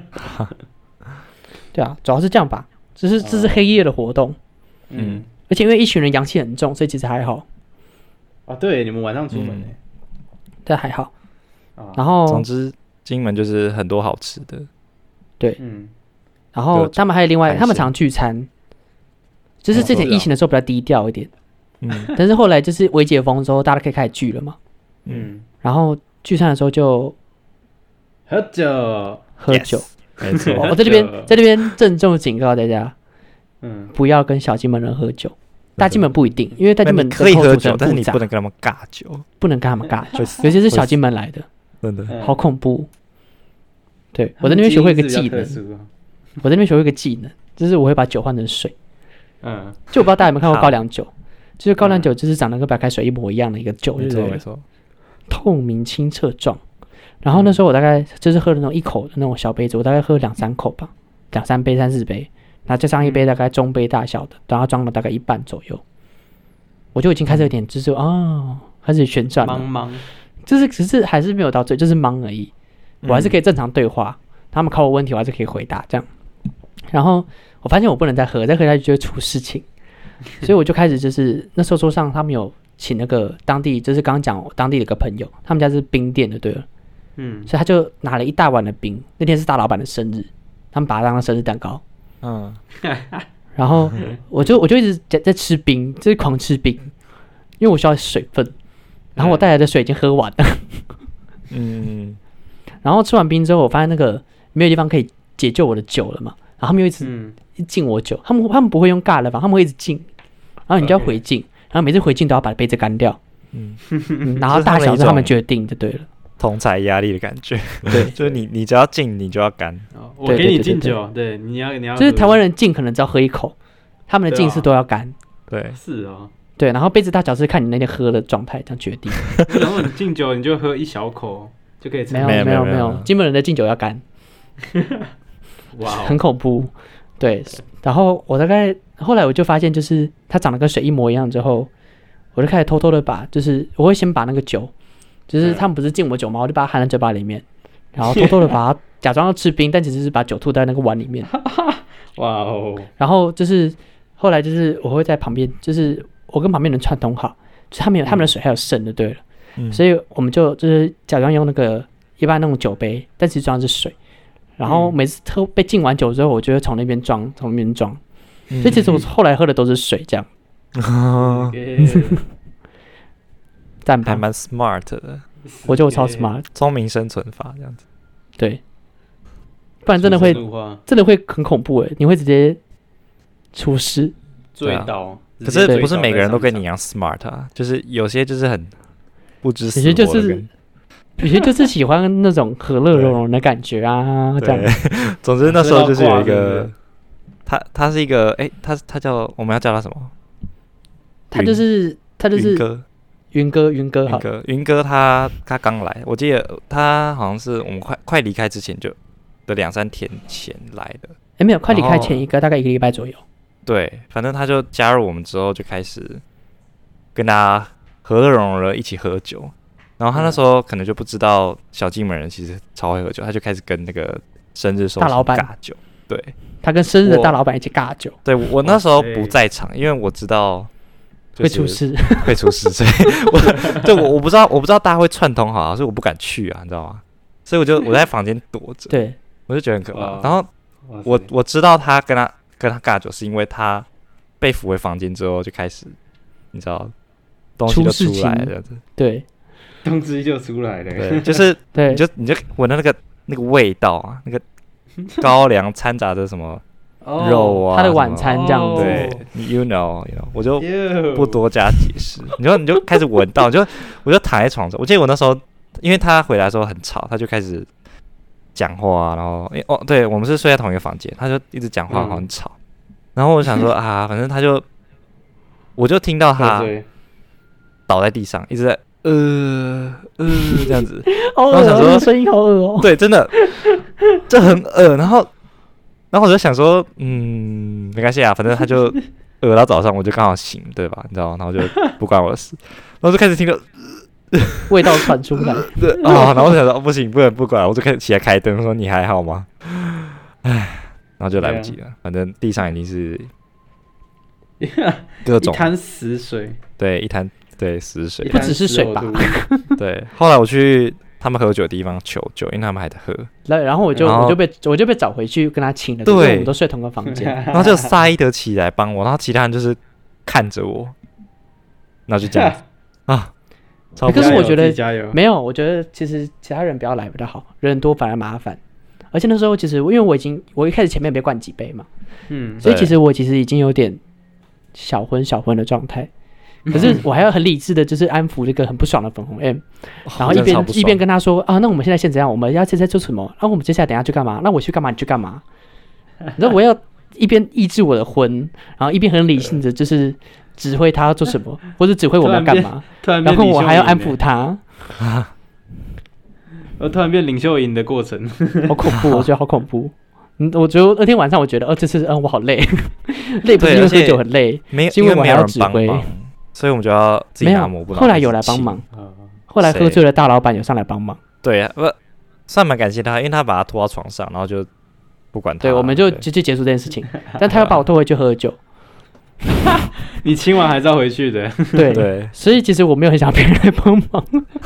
对啊，主要是这样吧。这是这是黑夜的活动， 嗯， 而且因为一群人阳气很重，所以其实还好， 啊，对，你们晚上出门呢？ 这还好。 啊， 然后总之金门就是很多好吃的。 嗯， 然后各种他们还有另外， 海鲜他们常聚餐，就是之前疫情的时候比较低调一点， 嗯但是后来就是微解封之后，大家可以开始聚了嘛。 嗯， 然后聚餐的时候就喝酒， 喝酒。 Yes，没错。 我在这边喝酒在这边郑重警告大家， 嗯， 不要跟小金门人喝酒。大金门不一定，因为大金门那你可以喝酒， 的口组成但是你复杂不能跟他们尬酒， 不能跟他们尬酒会，死尤其是小金门来的， 真的。 嗯好恐怖。对，我在那边学会一个技能， 能， 我在那边学会一个技能，就是我会把酒换成水。 嗯， 就我不知道大家有没有看过好高粱酒，就是高粱酒就是长得跟白开水一模一样的一个酒， 没对不对？ 错没错。 透明清澈状。然后那时候我大概就是喝的那种一口的那种小杯子，我大概喝两三口吧，两三杯、三四杯，然后加上一杯大概中杯大小的，然后装了大概一半左右，我就已经开始有点就是哦，开始旋转了， 茫茫， 就是只是还是没有到醉，就是懵而已。我还是可以正常对话，他们考我问题，我还是可以回答这样。然后我发现我不能再喝，再喝下去就会出事情，所以我就开始就是那时候桌上他们有请那个当地，就是刚刚讲我当地的一个朋友，他们家是冰店的，对了， 嗯， 所以他就拿了一大碗的冰。那天是大老板的生日，他们把它当成生日蛋糕， 嗯， 然后我就我就一直在在吃冰，就是狂吃冰，因为我需要水分，然后我带来的水已经喝完了。 嗯， 然后吃完冰之后，我发现那个没有地方可以解救我的酒了嘛，然后他们又一直嗯， 一敬我酒，他们他们不会用尬的方，他们会一直敬，然后你就要回敬，然后每次回敬都要把杯子干掉， 嗯嗯，然后大小是他们决定就对了， 同才压力的感觉。 对， 就是你你只要进，你就要干。 哦我给你对对对对敬酒，对，你要你要喝， 就是台湾人敬可能只要喝一口，他们的敬是都要干， 对， 是哦， 对，然后杯子大小是看你那天喝的状态这样决定， 然后你敬酒你就喝一小口就可以没有撑， 没有没没有没有没有有，金门人的敬酒要干， 哇哦， 很恐怖，对，然后我大概后来我就发现，就是它长得跟水一模一样之后，我就开始偷偷的把，就是我会先把那个酒，就是他们不是敬我酒吗？我就把它含在嘴巴里面，然后偷偷的把它假装要吃冰，但其实是把酒吐在那个碗里面， 哇哦， 然后就是后来就是我会在旁边，就是我跟旁边人串通好，就是他们有他们的水还有剩的，对了， 嗯所以我们就就是假装用那个一般那种酒杯，但其实装的是水。然后每次喝被敬完酒之后，我就会从那边装，从那边装。 嗯所以其实我后来喝的都是水，这样。赞吧， 还蛮 smart 的， 我觉得我超 smart， 聪明生存法这样子。 对，不然真的会真的会很恐怖哎，你会直接出事醉倒。 可是不是每个人都跟你一样 smart 啊，就是有些就是很不知死活的， 有些就是有些就是喜欢那种和乐融融的感觉啊，这样。 总之那时候就是有一个，他他是一个哎，他他叫我们要叫他什么？ 他就是他就是云哥。 云哥，云哥， 云哥，云哥他他刚来，我记得他好像是我们快快离开之前就的两三天前来的。 哎，没有，快离开前一个大概一个礼拜左右。 对，反正他就加入我们之后就开始跟大家和乐融融的一起喝酒。然后他那时候可能就不知道小金门人其实超会喝酒，他就开始跟那个生日寿星尬酒。对， 他跟生日的大老板一起尬酒。 对，我那时候不在场，因为我知道。 会出事， 会出事，所以我对我我不知道，我不知道大家会串通好，所以我不敢去啊，你知道吗？所以我就我在房间躲着， 对， 我就觉得很可怕。然后我我知道他跟他跟他尬酒，是因为他被扶回房间之后就开始，你知道，东西就出来了，这样子， 对， 东西就出来了， 对，就是对，你就你就闻到那个那个味道啊，那个高粱掺杂着什么。肉啊， 他的晚餐这样子， 对 ，you know，you know， 我就不多加解释，你就你就开始闻到，就我就躺在床上，我记得我那时候，因为他回来的时候很吵，他就开始讲话啊，然后哦，对我们是睡在同一个房间，他就一直讲话，很吵，嗯、然后我想说啊，反正他就，我就听到他倒在地上，一直在呃呃这样子， 好恶心，这声音好恶哦， 对，真的，这很恶，然后。然后我就想说，嗯，没关系啊，反正他就饿到早上，我就刚好醒，对吧？你知道吗？然后就不关我的事，然后就开始听到味道传出来， 对啊，然后我就想说，哦、不行，不能不管，我就开始起来开灯，说你还好吗？唉，然后就来不及了，反正地上已经是各种一滩死水， 对，一滩对死水， 不只是水吧？ 对，后来我去。他们喝酒的地方求救，因为他们还在喝。 然后我就我就被我就被找回去跟他亲了，对，我们都睡同个房间。 然后就沙伊德起来帮我，然后其他人就是看着我，然后就这样啊。 可是我觉得没有，我觉得其实其他人不要来比较好，人多反而麻烦。而且那时候其实因为我已经我一开始前面没灌几杯嘛，嗯，所以其实我其实已经有点小昏小昏的状态。可是我还要很理智的，就是安抚这个很不爽的粉红 M， 然后一边一边跟他说啊，那我们现在先怎样？我们要现在做什么？然后我们接下来等一下去干嘛？那我去干嘛？你去干嘛？然后我要一边抑制我的昏，然后一边很理性的就是指挥他要做什么，或者指挥我们要干嘛。然后我还要安抚他。 我突然变领袖营的过程， 好恐怖！我觉得好恐怖。嗯，我觉得那天晚上我觉得，哦，这次嗯我好累，累不是因为喝酒很累，是因为我还要指挥。 所以我们就要自己拿抹布。 后来有来帮忙，后来喝醉了，大老板有上来帮忙。 对啊，不算蛮感谢他，因为他把他拖到床上，然后就不管他。 对，我们就直接结束这件事情。但他要把我拖回去喝酒。 你亲完还是要回去的。 对对，所以其实我没有很想别人来帮忙。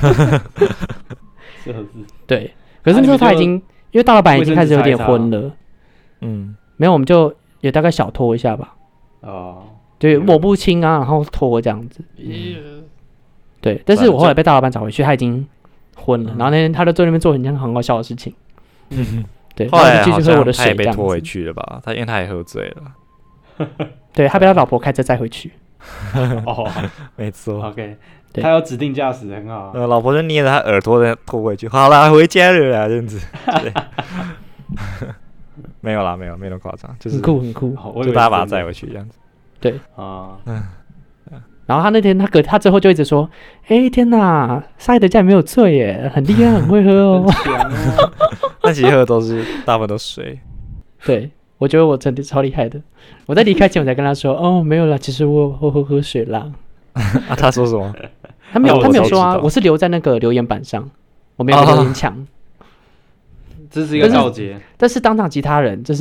对，可是那时候他已经，因为大老板已经开始有点昏了。嗯，没有，我们就也大概小拖一下吧。哦。对，抹不清啊，然后拖这样子。嗯、对，但是我后来被大老板找回去，他已经昏了，嗯、然后那天他就在那边做很件很好笑的事情。嗯，对， 后来继续喝我的水，他也被拖回去了吧？他因为他也喝醉了。 对，他被他老婆开车载回去。 哦， 没错。 OK， 他有指定驾驶，很好。 呃，老婆就捏着他耳朵再拖回去。好啦，回家了啦，这样子。没有啦，没有，没那么夸张，就是很酷很酷， 就大家把他载回去这样子。 对啊，嗯，然后他那天他隔他之后就一直说，哎、欸、天哪，沙伊德家没有醉耶，很厉害，很会喝哦。 但其实喝的都是大部分都水。 对，我觉得我真的超厉害的。我在离开前我才跟他说，哦没有啦，其实我喝喝喝水啦。 啊，他说什么？ 他没有，他没有说啊，我是留在那个留言板上，我没有留言墙。 这是一个告诫， 但是当场其他人就是。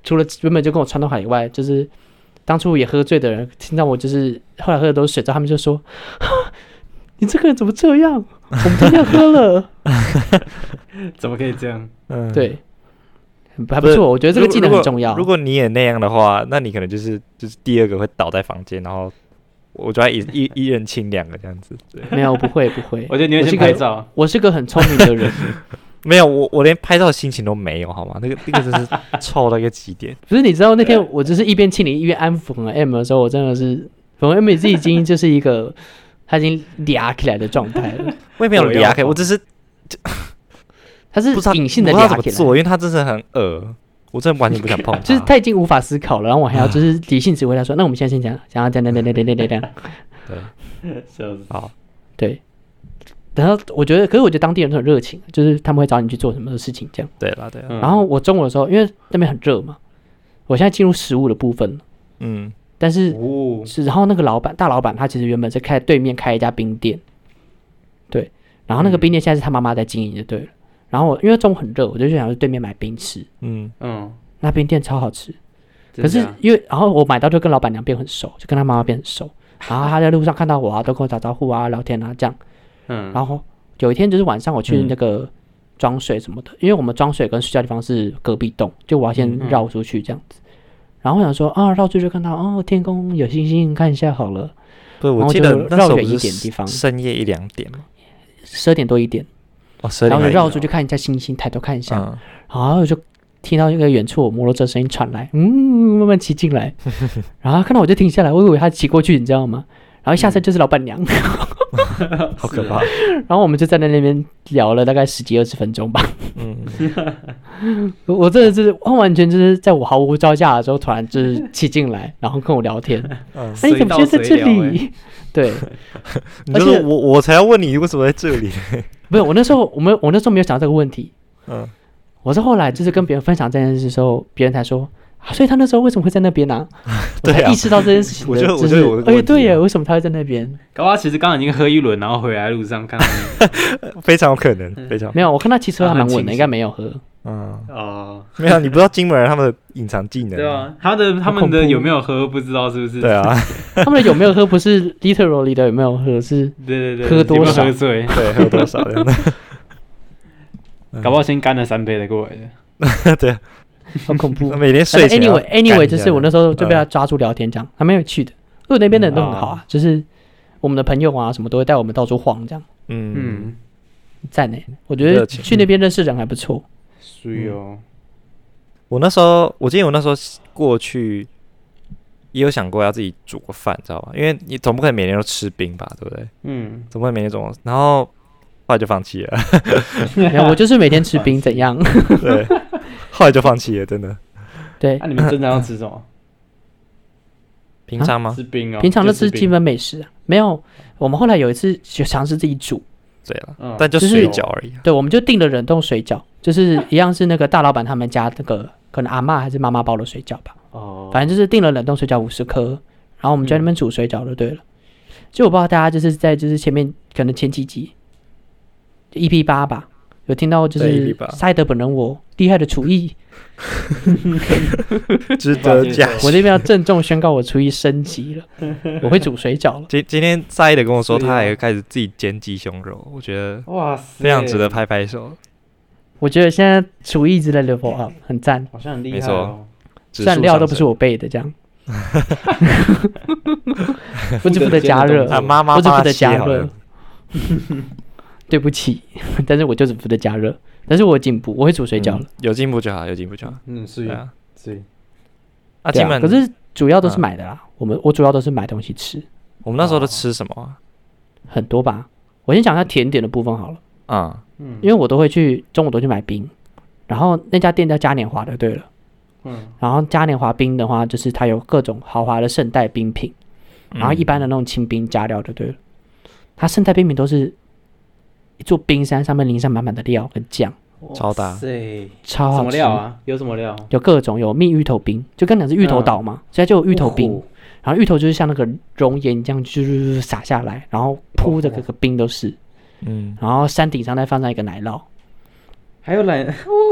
除了原本就跟我传统好以外，就是当初也喝醉的人听到我就是后来喝的都是水之后，他们就说：“你这个人怎么这样？我们今天喝了， 怎么可以这样？ 嗯， 对，还不错。我觉得这个技能很重要。 如果, 如果你也那样的话，那你可能就是就是第二个会倒在房间，然后我就要一一一人亲两个这样子。 没有，不会不会。 我觉得你会先拍照。 我是个很聪明的人。 没有，我我连拍照的心情都没有，好吗？那个那个真是臭到一个极点。 不是，你知道那天我就是一边亲你一边安抚粉 M 的时候，我真的是粉 M 自己已经就是一个他已经嗲起来的状态了。 我也没有嗲起来，我只是他是隐性的嗲起来，不知道怎么做，因为他真的很恶，我真的完全不想碰他。 就是他已经无法思考了，然后我还要就是理性指挥他说：“那我们现在先讲，讲要讲讲讲讲讲讲讲。” 对， 笑死。 好， 对。然后我觉得，可是我觉得当地人都很热情，就是他们会找你去做什么事情这样。 对啦，对啦。 然后我中午的时候，因为那边很热嘛，我现在进入食物的部分了。 嗯。 但是、 哦、 是，然后那个老板，大老板，他其实原本是开对面开一家冰店，对。然后那个冰店现在是他妈妈在经营就对了。然后我因为中午很热，我就想去对面买冰吃。 嗯嗯。 那冰店超好吃，可是因为然后我买到就跟老板娘变很熟，就跟他妈妈变很熟。然后他在路上看到我啊，都跟我打招呼啊、聊天啊这样。嗯，然后有一天就是晚上我去那个装水什么的，嗯、因为我们装水跟睡觉地方是隔壁栋，就我要先绕出去这样子。嗯、然后我想说啊，绕出去就看到哦天空有星星，看一下好了。 对，我记得那时候绕远一点地方， 深夜一两点嘛， 十二点多一点。 哦，十二点。 然后就绕出去看一下星星，抬头看一下，嗯、然后我就听到一个远处摩托车声音传来，嗯，慢慢骑进来，然后看到我就停下来，我以为他骑过去，你知道吗？然后下车就是老板娘。 好可怕！ 然后我们就站在那边聊了大概十几二十分钟吧。嗯，我真的是完全就是在我毫无招架的时候，突然就是骑进来，然后跟我聊天。嗯，哎，你怎么现在在这里？对， 而且我我才要问你为什么在这里？ 不是我那时候，我们我那时候没有想到这个问题。嗯，我是后来就是跟别人分享这件事的时候，别人才说。所以他那时候为什么会在那边呢、啊？我才意识到这件事情的。 我觉得，我觉得我， 哎，对耶，为什么他会在那边？ 搞不好其实刚刚已经喝一轮，然后回来路上看到你，非常有可能，非常没有。我看他骑车还蛮稳的，应该没有喝。 嗯哦，没有，你不知道金门人他们的隐藏技能。 对啊，他的他们的有没有喝不知道是不是？ 对啊， 他们的有没有喝不是 literally 的有没有喝，是对对对， 喝多少喝醉， 对，喝多少的。 搞不好先干了三杯才过来的。 对。 好恐怖！ 每天睡前 anyway anyway 就是我那时候就被他抓住聊天，这样还蛮有趣的。因为那边的人都很好啊，就是我们的朋友啊，什么都会带我们到处晃，这样。嗯，赞呢！我觉得去那边认识人还不错。 是哦。 我那时候，我记得我那时候过去也有想过要自己煮个饭，知道吧？因为你总不可能每天都吃冰吧，对不对？嗯。总不可能每天总，然后后来就放弃了。 我就是每天吃冰，怎样？ 对。后来就放弃了，真的。 对， 那、啊、你们正常要吃什么？ 平常吗？ 吃冰哦。 平常都吃基本美食、啊，没有。我们后来有一次就尝试自己煮， 对了，嗯、但就水饺而已、啊。 对，我们就订了冷冻水饺，就是一样是那个大老板他们家那个可能阿嬷还是妈妈包的水饺吧。哦。反正就是订了冷冻水饺五十颗，然后我们就在那边煮水饺就对了。嗯、就我不知道大家就是在就是前面可能前几集 E P 八吧。有听到就是赛德本人我厉害的厨艺， 值得嘉许。 我这边要郑重宣告我厨艺升级了，我会煮水饺了。 今今天赛德跟我说，他还开始自己煎鸡胸肉，我觉得哇，非常值得拍拍手。 我觉得现在厨艺之类的 level up 很赞， 好像很厉害、哦。 没错， 虽然料都不是我备的，这样。我只负责加热，我只负责加热。对不起，但是我就只负责加热，但是我有进步，我会煮水饺了、嗯。 有进步就好，有进步就好。 嗯，是啊，是。 啊，金门、 啊、可是主要都是买的啦。嗯、我们我主要都是买东西吃。 我们那时候都吃什么、啊？ 很多吧。我先讲一下甜点的部分好了。啊、嗯，因为我都会去中午都去买冰，然后那家店叫嘉年华的，对了。嗯。然后嘉年华冰的话，就是它有各种豪华的圣代冰品，然后一般的那种清冰加料的，对了。它圣代冰品都是。一座冰山上面淋上满满的料跟酱， 超大， 超好吃。 什么料啊？有什么料？ 有各种，有蜜芋头冰，就刚讲是芋头岛嘛，嗯、所以就有芋头冰。哦、然后芋头就是像那个熔岩这样，就是洒下来，然后铺的各个冰都是。嗯。然后山顶上再放上一个奶酪， 还有奶哦，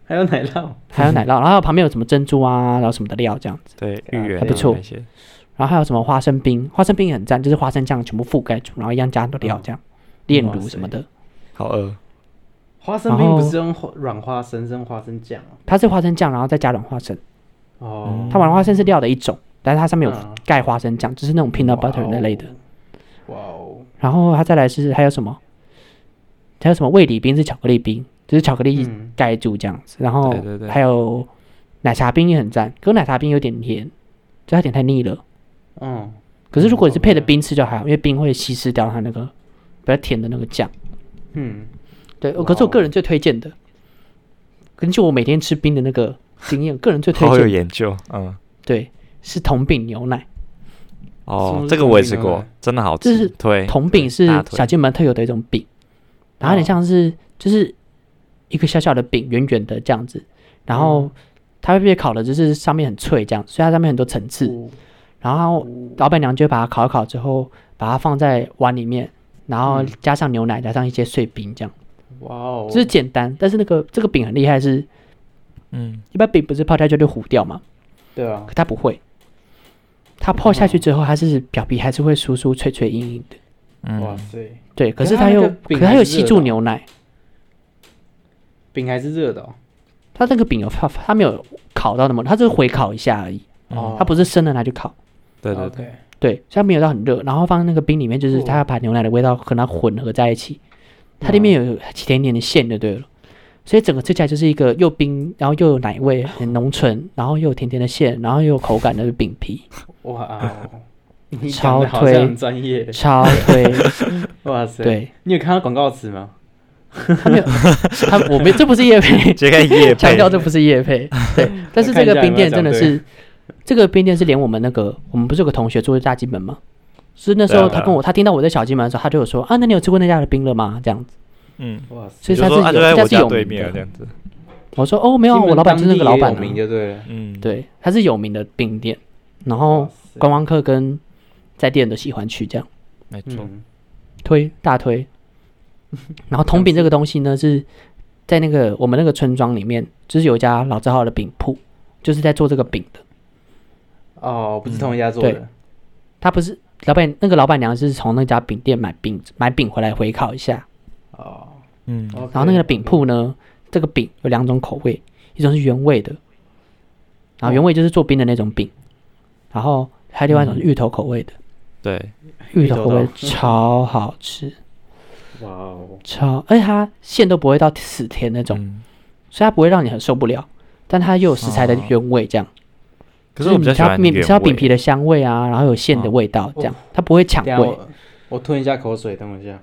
还有奶酪， 还有奶酪，然后旁边有什么珍珠啊，然后什么的料这样子， 对，芋圆还不错那些。 然后还有什么花生冰，花生冰也很赞，就是花生酱全部覆盖住，然后一样加很多料这样，炼乳什么的。 好饿。 花生冰不是用软花生，是用花生酱哦。 它是花生酱，然后再加软花生。 哦， 它软花生是料的一种，但是它上面有盖花生酱，就是那种 peanut butter 那类的。 哇哦。 然后它再来是还有什么？还有什么味里冰是巧克力冰，就是巧克力盖住这样子。然后还有奶茶冰也很赞，可是奶茶冰有点甜，就它有点太腻了。嗯。可是如果你是配的冰吃就还好，因为冰会稀释掉它那个比较甜的那个酱。嗯。对，可是我个人最推荐的，根据我每天吃冰的那个经验，个人最推荐的， 好有研究，嗯， 对，是铜饼牛奶。 哦，这个我也吃过，真的好吃。 就是对， 铜饼是小金门特有的一种饼，然后有点像是就是一个小小的饼，圆圆的这样子，然后它会被烤的，就是上面很脆这样，所以它上面很多层次。然后老板娘就会把它烤一烤之后，把它放在碗里面，然后加上牛奶，加上一些碎冰这样。哇哦，就是简单，但是那个这个饼很厉害是，嗯，一般饼不是泡下去就糊掉嘛？ 对啊， 可它不会，它泡下去之后，它是表皮还是会酥酥脆脆硬硬的。 嗯，哇塞， 对，可是它又，可是它又吸住牛奶， 饼还是热的哦。 它那个饼有它它没有烤到那么，它就是回烤一下而已，哦，它不是生的拿去烤。 对对对， 对，所以它没有到很热，然后放在那个冰里面，就是它要把牛奶的味道和它混合在一起。它里面有一点点的馅就对了，所以整个吃起来就是一个又冰，然后又有奶味，很浓醇，然后又有甜甜的馅，然后又有口感的饼皮。哇哦，超推， 专业， 超推， 哇塞！ 对， 你有看到广告词吗？ 他没有，他我没，这不是业配， 直接看业配， 强调这不是业配。对，但是这个冰店真的是，这个冰店是连我们那个，我们不是有个同学住在大金门吗？是那时候他跟我，他听到我在小金门的时候，他就有说啊，那你有吃过那家的冰了吗？这样子，嗯，哇，所以他是有，这家是有名的这样子。我说哦，没有，我老板就是那个老板， 有名就对了， 嗯，对，他是有名的冰店，然后观光客跟在地人都喜欢去这样， 没错， 推大推。然后铜饼这个东西呢，是在那个我们那个村庄里面，就是有一家老字号的饼铺，就是在做这个饼的。 哦，不是同一家做的， 对，他不是。老板那个老板娘是从那家饼店买饼买饼回来回烤一下，哦，嗯，然后那个饼铺呢，这个饼有两种口味，一种是原味的，然后原味就是做冰的那种饼，然后还有另外一种是芋头口味的， 对， 芋头口味超好吃，哇哦，超，而且它馅都不会到死甜那种，所以它不会让你很受不了，但它又有食材的原味这样。 可是我比较喜欢原味， 吃到饼皮的香味啊，然后有馅的味道，这样它不会抢味。 我, 我吞一下口水，等我一下。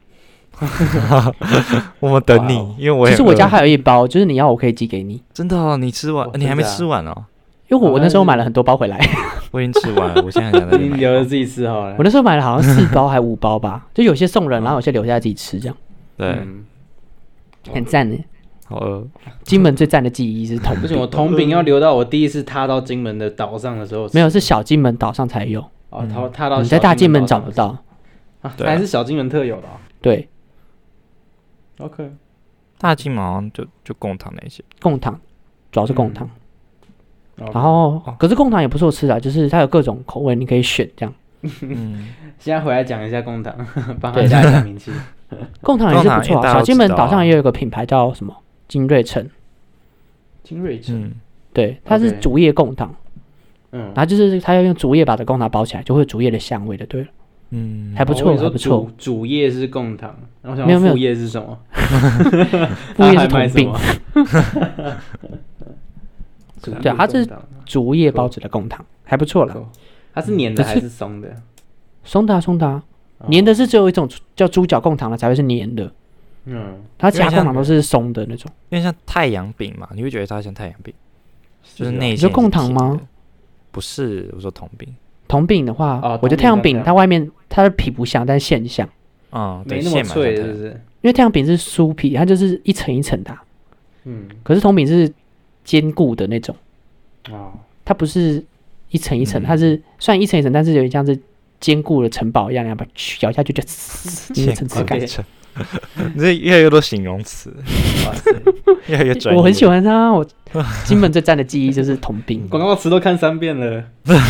我们等你，因为我也其实我家还有一包，就是你要我可以寄给你。 真的哦，你吃完？你还没吃完哦？ 因为我我那时候买了很多包回来。 我已经吃完了，我现在想在你留着自己吃好了。 我那时候买了好像四包还五包吧，就有些送人，然后有些留下来自己吃，这样。 对， 很赞呢。 好饿。 金门最赞的记忆是铜饼， 不行，我铜饼要留到我第一次踏到金门的岛上的时候。 没有，是小金门岛上才有。 哦，踏踏到你在大金门找不到， 还是小金门特有的。 对。 OK。 大金门好像就就贡糖那些。 贡糖，主要是贡糖。然后，可是贡糖也不错吃啊，就是它有各种口味，你可以选这样。 嗯。现在回来讲一下贡糖，帮他加一下名气。 贡糖也是不错啊，小金门岛上也有一个品牌叫什么金瑞城。 金瑞城， 对，它是竹叶贡糖，嗯，然后就是它要用竹叶把这贡糖包起来，就会有竹叶的香味的，对了，嗯，还不错，还不错。 主叶是贡糖，然后想副叶是什么？ 副叶是铜饼。对，它是竹叶包子的贡糖，还不错了。 它是黏的还是松的？ 松的，松的。黏的是只有一种叫猪脚贡糖的才会是黏的，嗯，它其他贡糖都是松的那种， 因为像太阳饼嘛，你会觉得它像太阳饼，就是内馅。你说贡糖吗？ 不是，我说铜饼。 铜饼的话，我觉得太阳饼它外面它的皮不像，但是馅像， 嗯，没那么脆，是不是？ 因为太阳饼是酥皮，它就是一层一层的，嗯，可是铜饼是坚固的那种，哦，它不是一层一层，它是虽然一层一层，但是有点像是坚固的城堡一样，要把它咬下去就那个层次感。 你这越来越多形容词，哇塞，越来越专业。 我很喜欢它，我金门最赞的记忆就是统兵。 广告词都看三遍了。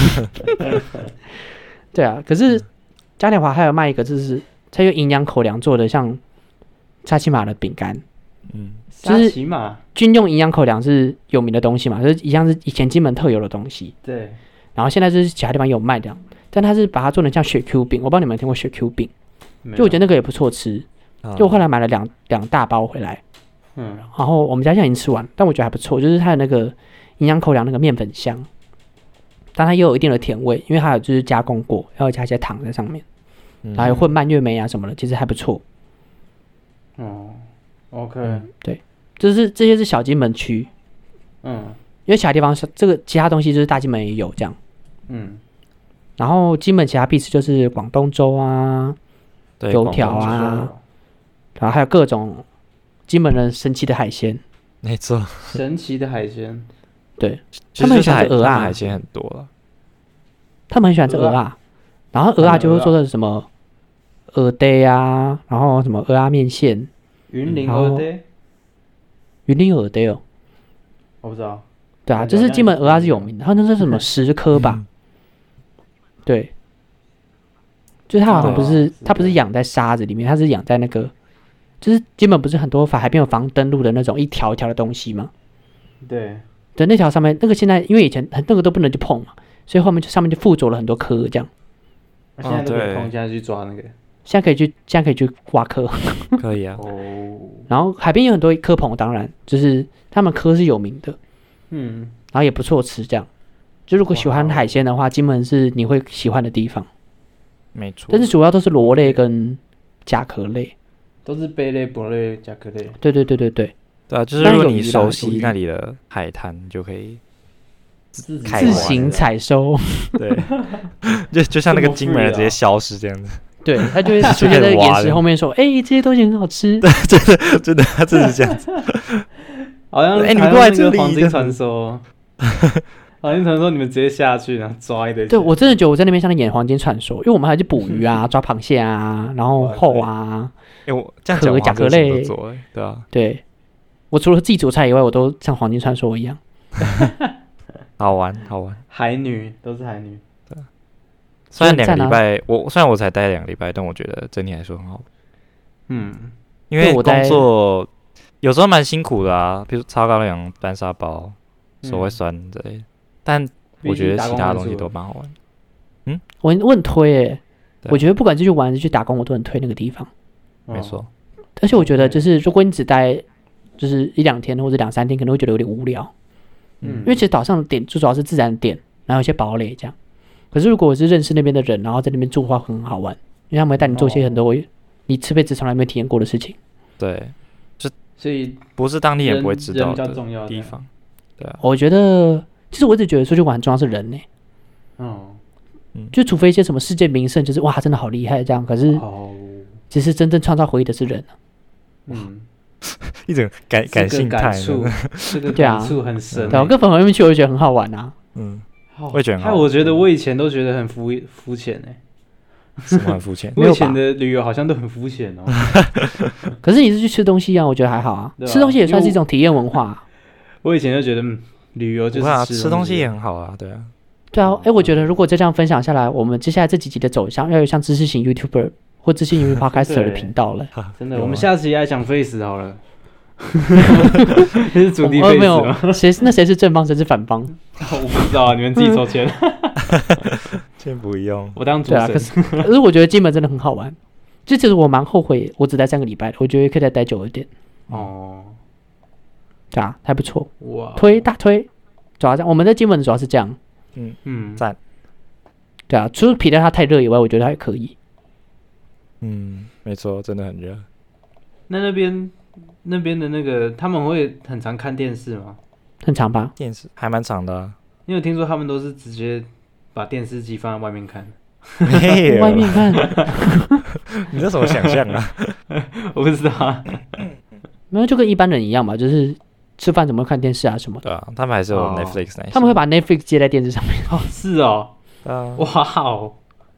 对啊，可是嘉年华还有卖一个，就是它用营养口粮做的像沙琪玛的饼干。 嗯， 就是沙琪玛军用营养口粮是有名的东西嘛，就是一样是以前金门特有的东西。 对， 然后现在就是其他地方也有卖的，但它是把它做成像雪 Q 饼，我不知道你们有没有听过雪 Q 饼，就我觉得那个也不错吃。就我后来买了两两大包回来，嗯，然后我们家现在已经吃完，但我觉得还不错，就是它的那个营养口粮那个面粉香，但它也有一定的甜味，因为它有就是加工过，然后加一些糖在上面，然后还有混蔓越莓啊什么的，其实还不错。 哦 ，OK，、 嗯、对，就是这些是小金门区， 嗯， 因为其他地方这个其他东西就是大金门也有这样，嗯，然后金门其他必吃就是广东粥啊、油条啊。然后还有各种金门人神奇的海鲜， 没错， 神奇的海鲜， 对，他们很喜欢吃鹅啊， 海鲜很多了， 他们很喜欢吃鹅啊，然后鹅啊就会做的什么鹅呆啊，然后什么鹅啊面线， 云林鹅呆， 云林鹅呆哦， 我不知道， 对啊，就是金门鹅啊是有名的，它那是什么十颗吧，对，就是它好像不是它不是养在沙子里面，它是养在那个。就是金门不是很多海边有防登陆的那种一条一条的东西吗？ 对， 对，那条上面那个现在因为以前那个都不能去碰嘛，所以后面就上面就附着了很多壳这样。 现在都可以碰，现在去抓那个， 现在可以去，现在可以去挖壳， 可以啊。 哦。 然后海边有很多蚵棚，当然就是他们蚵是有名的，嗯，然后也不错吃这样。就如果喜欢海鲜的话，金门是你会喜欢的地方， 没错。 但是主要都是螺类跟甲壳类。 都是贝类、螺类、甲壳类。 对对对对对， 对啊，就是如果你熟悉那里的海滩，就可以自行采收。 对，就就像那个金门人直接消失这样子。 对，他就会出现在岩石后面说：“哎、欸，这些东西很好吃。” 对，真的真的，他真是这样子。 好像哎、欸，你过来这里。 黄金传说，黄金传说，你们直接下去然后抓一堆。 对，我真的觉得我在那边像演黄金传说，因为我们还去捕鱼啊，抓螃蟹啊，然后后啊。 哎、欸，我这样讲， 甲壳类， 对啊， 对，我除了自己煮菜以外，我都像黄金传说一样， 好玩，好玩。 海女都是海女， 对。虽然两个礼拜，我虽然我才待两个礼拜，但我觉得整体来说很好。嗯，因为工作有时候蛮辛苦的啊，比如擦高粱、搬沙包、手会酸之类的，但我觉得其他东西都蛮好玩。 嗯，我我很推诶、欸，我觉得不管是去玩还是去打工，我都很推那个地方。 没错， 而且我觉得就是如果你只待就是一两天或者两三天，可能会觉得有点无聊。嗯，因为其实岛上的点最主要是自然点，然后有些堡垒这样。可是如果我是认识那边的人，然后在那边住的话，很好玩，因为他们会带你做一些很多你这辈子从来没有体验过的事情。 对，就所以不是当地人不会知道的地方。对啊， 我觉得其实我一直觉得出去玩很重要是人呢、欸。哦，就除非一些什么世界名胜，就是哇真的好厉害这样，可是。哦，其实真正创造回忆的是人、啊、嗯， 一种感感性态， 这个感触很深、欸。 对，我跟朋友们去，我就觉得很好玩啊。 嗯，我也觉得很好玩。 我觉得我以前都觉得很肤肤浅诶。 什么很肤浅？ 我以前的旅游好像都很肤浅哦。 可是你是去吃东西啊，我觉得还好啊。啊吃东西也算是一种体验文化、啊。 我以前就觉得、嗯、旅游就是吃东西、 啊、吃东西也很好啊，对啊。 对啊，哎、欸，我觉得如果再这样分享下来，我们接下来这几集的走向要有像知识型 YouTuber。或知性游戏 Podcaster 的频道了， 真的，我们下期来讲 Face 好了。这是主题 Face 吗？ 谁那谁是正方，谁是反方？ 我不知道啊，你们自己抽签。 先不用， 我当主持人。 对啊，可是可是我觉得金门真的很好玩，就其实我蛮后悔，我只待三个礼拜的，我觉得可以再待久一点。哦，对啊，还不错。哇，推大推，主要这样。我们在金门主要是这样。 嗯嗯，赞。 对啊，除了皮带它太热以外，我觉得还可以。 嗯，没错，真的很热。 那那边那边的那个他们会很常看电视吗？ 很常吧， 电视还蛮长的、啊。 你有听说他们都是直接把电视机放在外面看？ 没有， 外面看。 你这什么想象啊？ 我不知道、啊。 没有，就跟一般人一样嘛，就是吃饭怎么看电视啊什么的。 对啊，他们还是有 Netflix 那些、 哦。他们会把 Netflix 接在电视上面。 哦，是哦。 啊， 哇哦。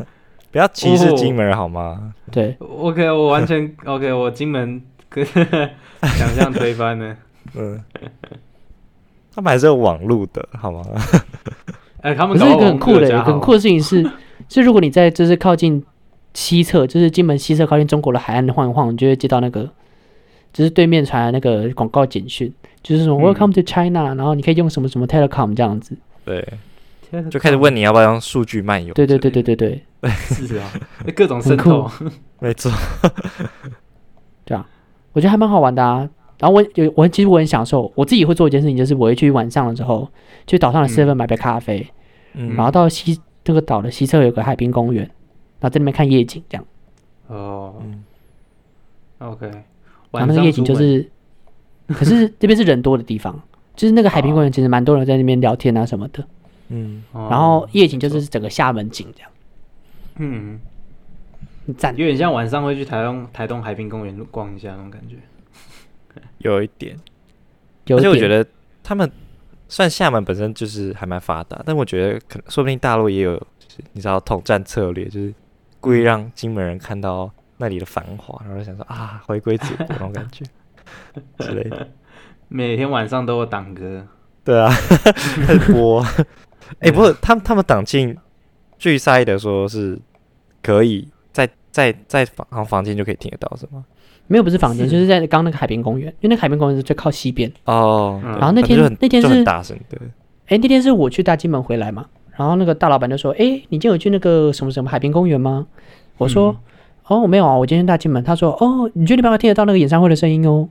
不要歧视金门人好吗？ 对 ，OK， 我完全 OK， 我金门跟想象推翻了。 嗯，他们还是有网路的好吗？ 哎、欸，他们可是一个很酷的、很酷的的， 事情是，是如果你在就是靠近西侧，就是金门西侧靠近中国的海岸晃一晃，你就会接到那个，就是对面传来那个广告简讯，就是什么、嗯、Welcome to China， 然后你可以用什么什么 Telecom 这样子。 对，就开始问你要不要用数据漫游。 对对对对对对， 是啊，各种渗透， 没错。 对啊，我觉得还蛮好玩的啊。然后我有我其实我很享受，我自己会做一件事情，就是我会去晚上的时候去岛上的 seven 买杯咖啡，嗯、然后到西这个岛的西侧有个海滨公园，然后在那边看夜景这样。 哦，嗯 ，OK， 然后那个夜景就是，可是这边是人多的地方，就是那个海滨公园其实蛮多人在那边聊天啊什么的，嗯，然后夜景就是整个厦门景这样，嗯，很赞， 有点像晚上会去台东台东海滨公园逛一下那种感觉。 有一点， 有一点， 而且我觉得他们虽然厦门本身就是还蛮发达，但我觉得可能说不定大陆也有，就是你知道统战策略，就是故意让金门人看到那里的繁华，然后就想说啊，回归祖国那种感觉之类的。 每天晚上都有党歌， 对啊，开始播。哎、欸，不过他们他们党庆，据赛的说是可以在在在房房间就可以听得到，是吗？ 没有，不是房间，就是在刚那个海滨公园，因为那个海滨公园是最靠西边哦。 然后那天那天是很大声的， 哎，那天是我去大金门回来嘛，然后那个大老板就说：“哎，你今天有去那个什么什么海滨公园吗？”我说：“嗯、哦，我没有啊，我今天大金门。”他说：“哦，你觉得你办法听得到那个演唱会的声音哦？”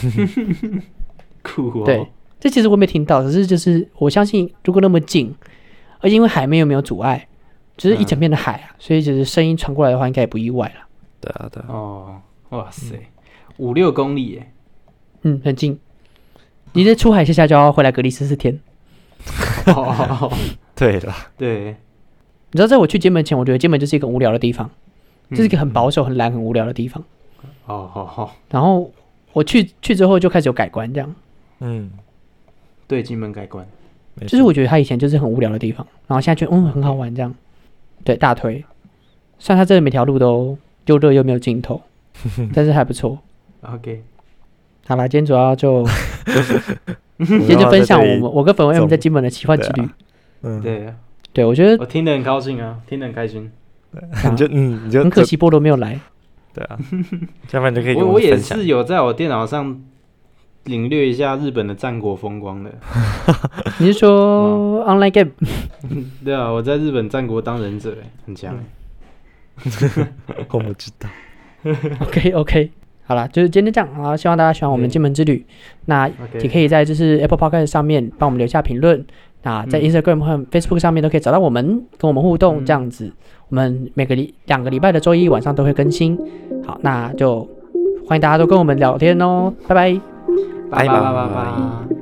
酷哦。 对，这其实我没听到，可是就是我相信，如果那么近，而且因为海面又没有阻碍，就是一整片的海啊，嗯、所以就是声音传过来的话，应该也不意外了。 对啊，对啊。 哦。哇塞，五六公里耶， 嗯，很近。你这出海下下就要回来隔离十四天。 哦， 对了， 对。 你知道，在我去金门前，我觉得金门就是一个无聊的地方，这、嗯、是一个很保守、很懒、很无聊的地方。 哦，好好。 然后我去去之后就开始有改观，这样。 嗯，对金门改观， 就是我觉得他以前就是很无聊的地方，然后现在觉得嗯很好玩，这样。对，大推。虽然他这每条路都又热又没有尽头。但是还不错。 OK， 好啦，今天主要就今天就分享我们我跟粉薇 M 在金门的奇幻之旅。 嗯，对、啊， 对我觉得我听得很高兴啊，听得很开心。 你就嗯，你就很可惜菠萝没有来。 对啊，要不然就可以跟我我我也是有在我电脑上领略一下日本的战国风光的。 你是说 online game？ 对啊，我在日本战国当忍者，很强。 我不知道。 OK OK， 好啦，就是今天这样啊，希望大家喜欢我们金门之旅。那也可以在就是 Apple Podcast 上面帮我们留下评论。那在 Instagram 和 Facebook 上面都可以找到我们，跟我们互动这样子。嗯、我们每个礼两个礼拜的周一晚上都会更新。好，那就欢迎大家都跟我们聊天哦，拜拜， 拜拜拜拜。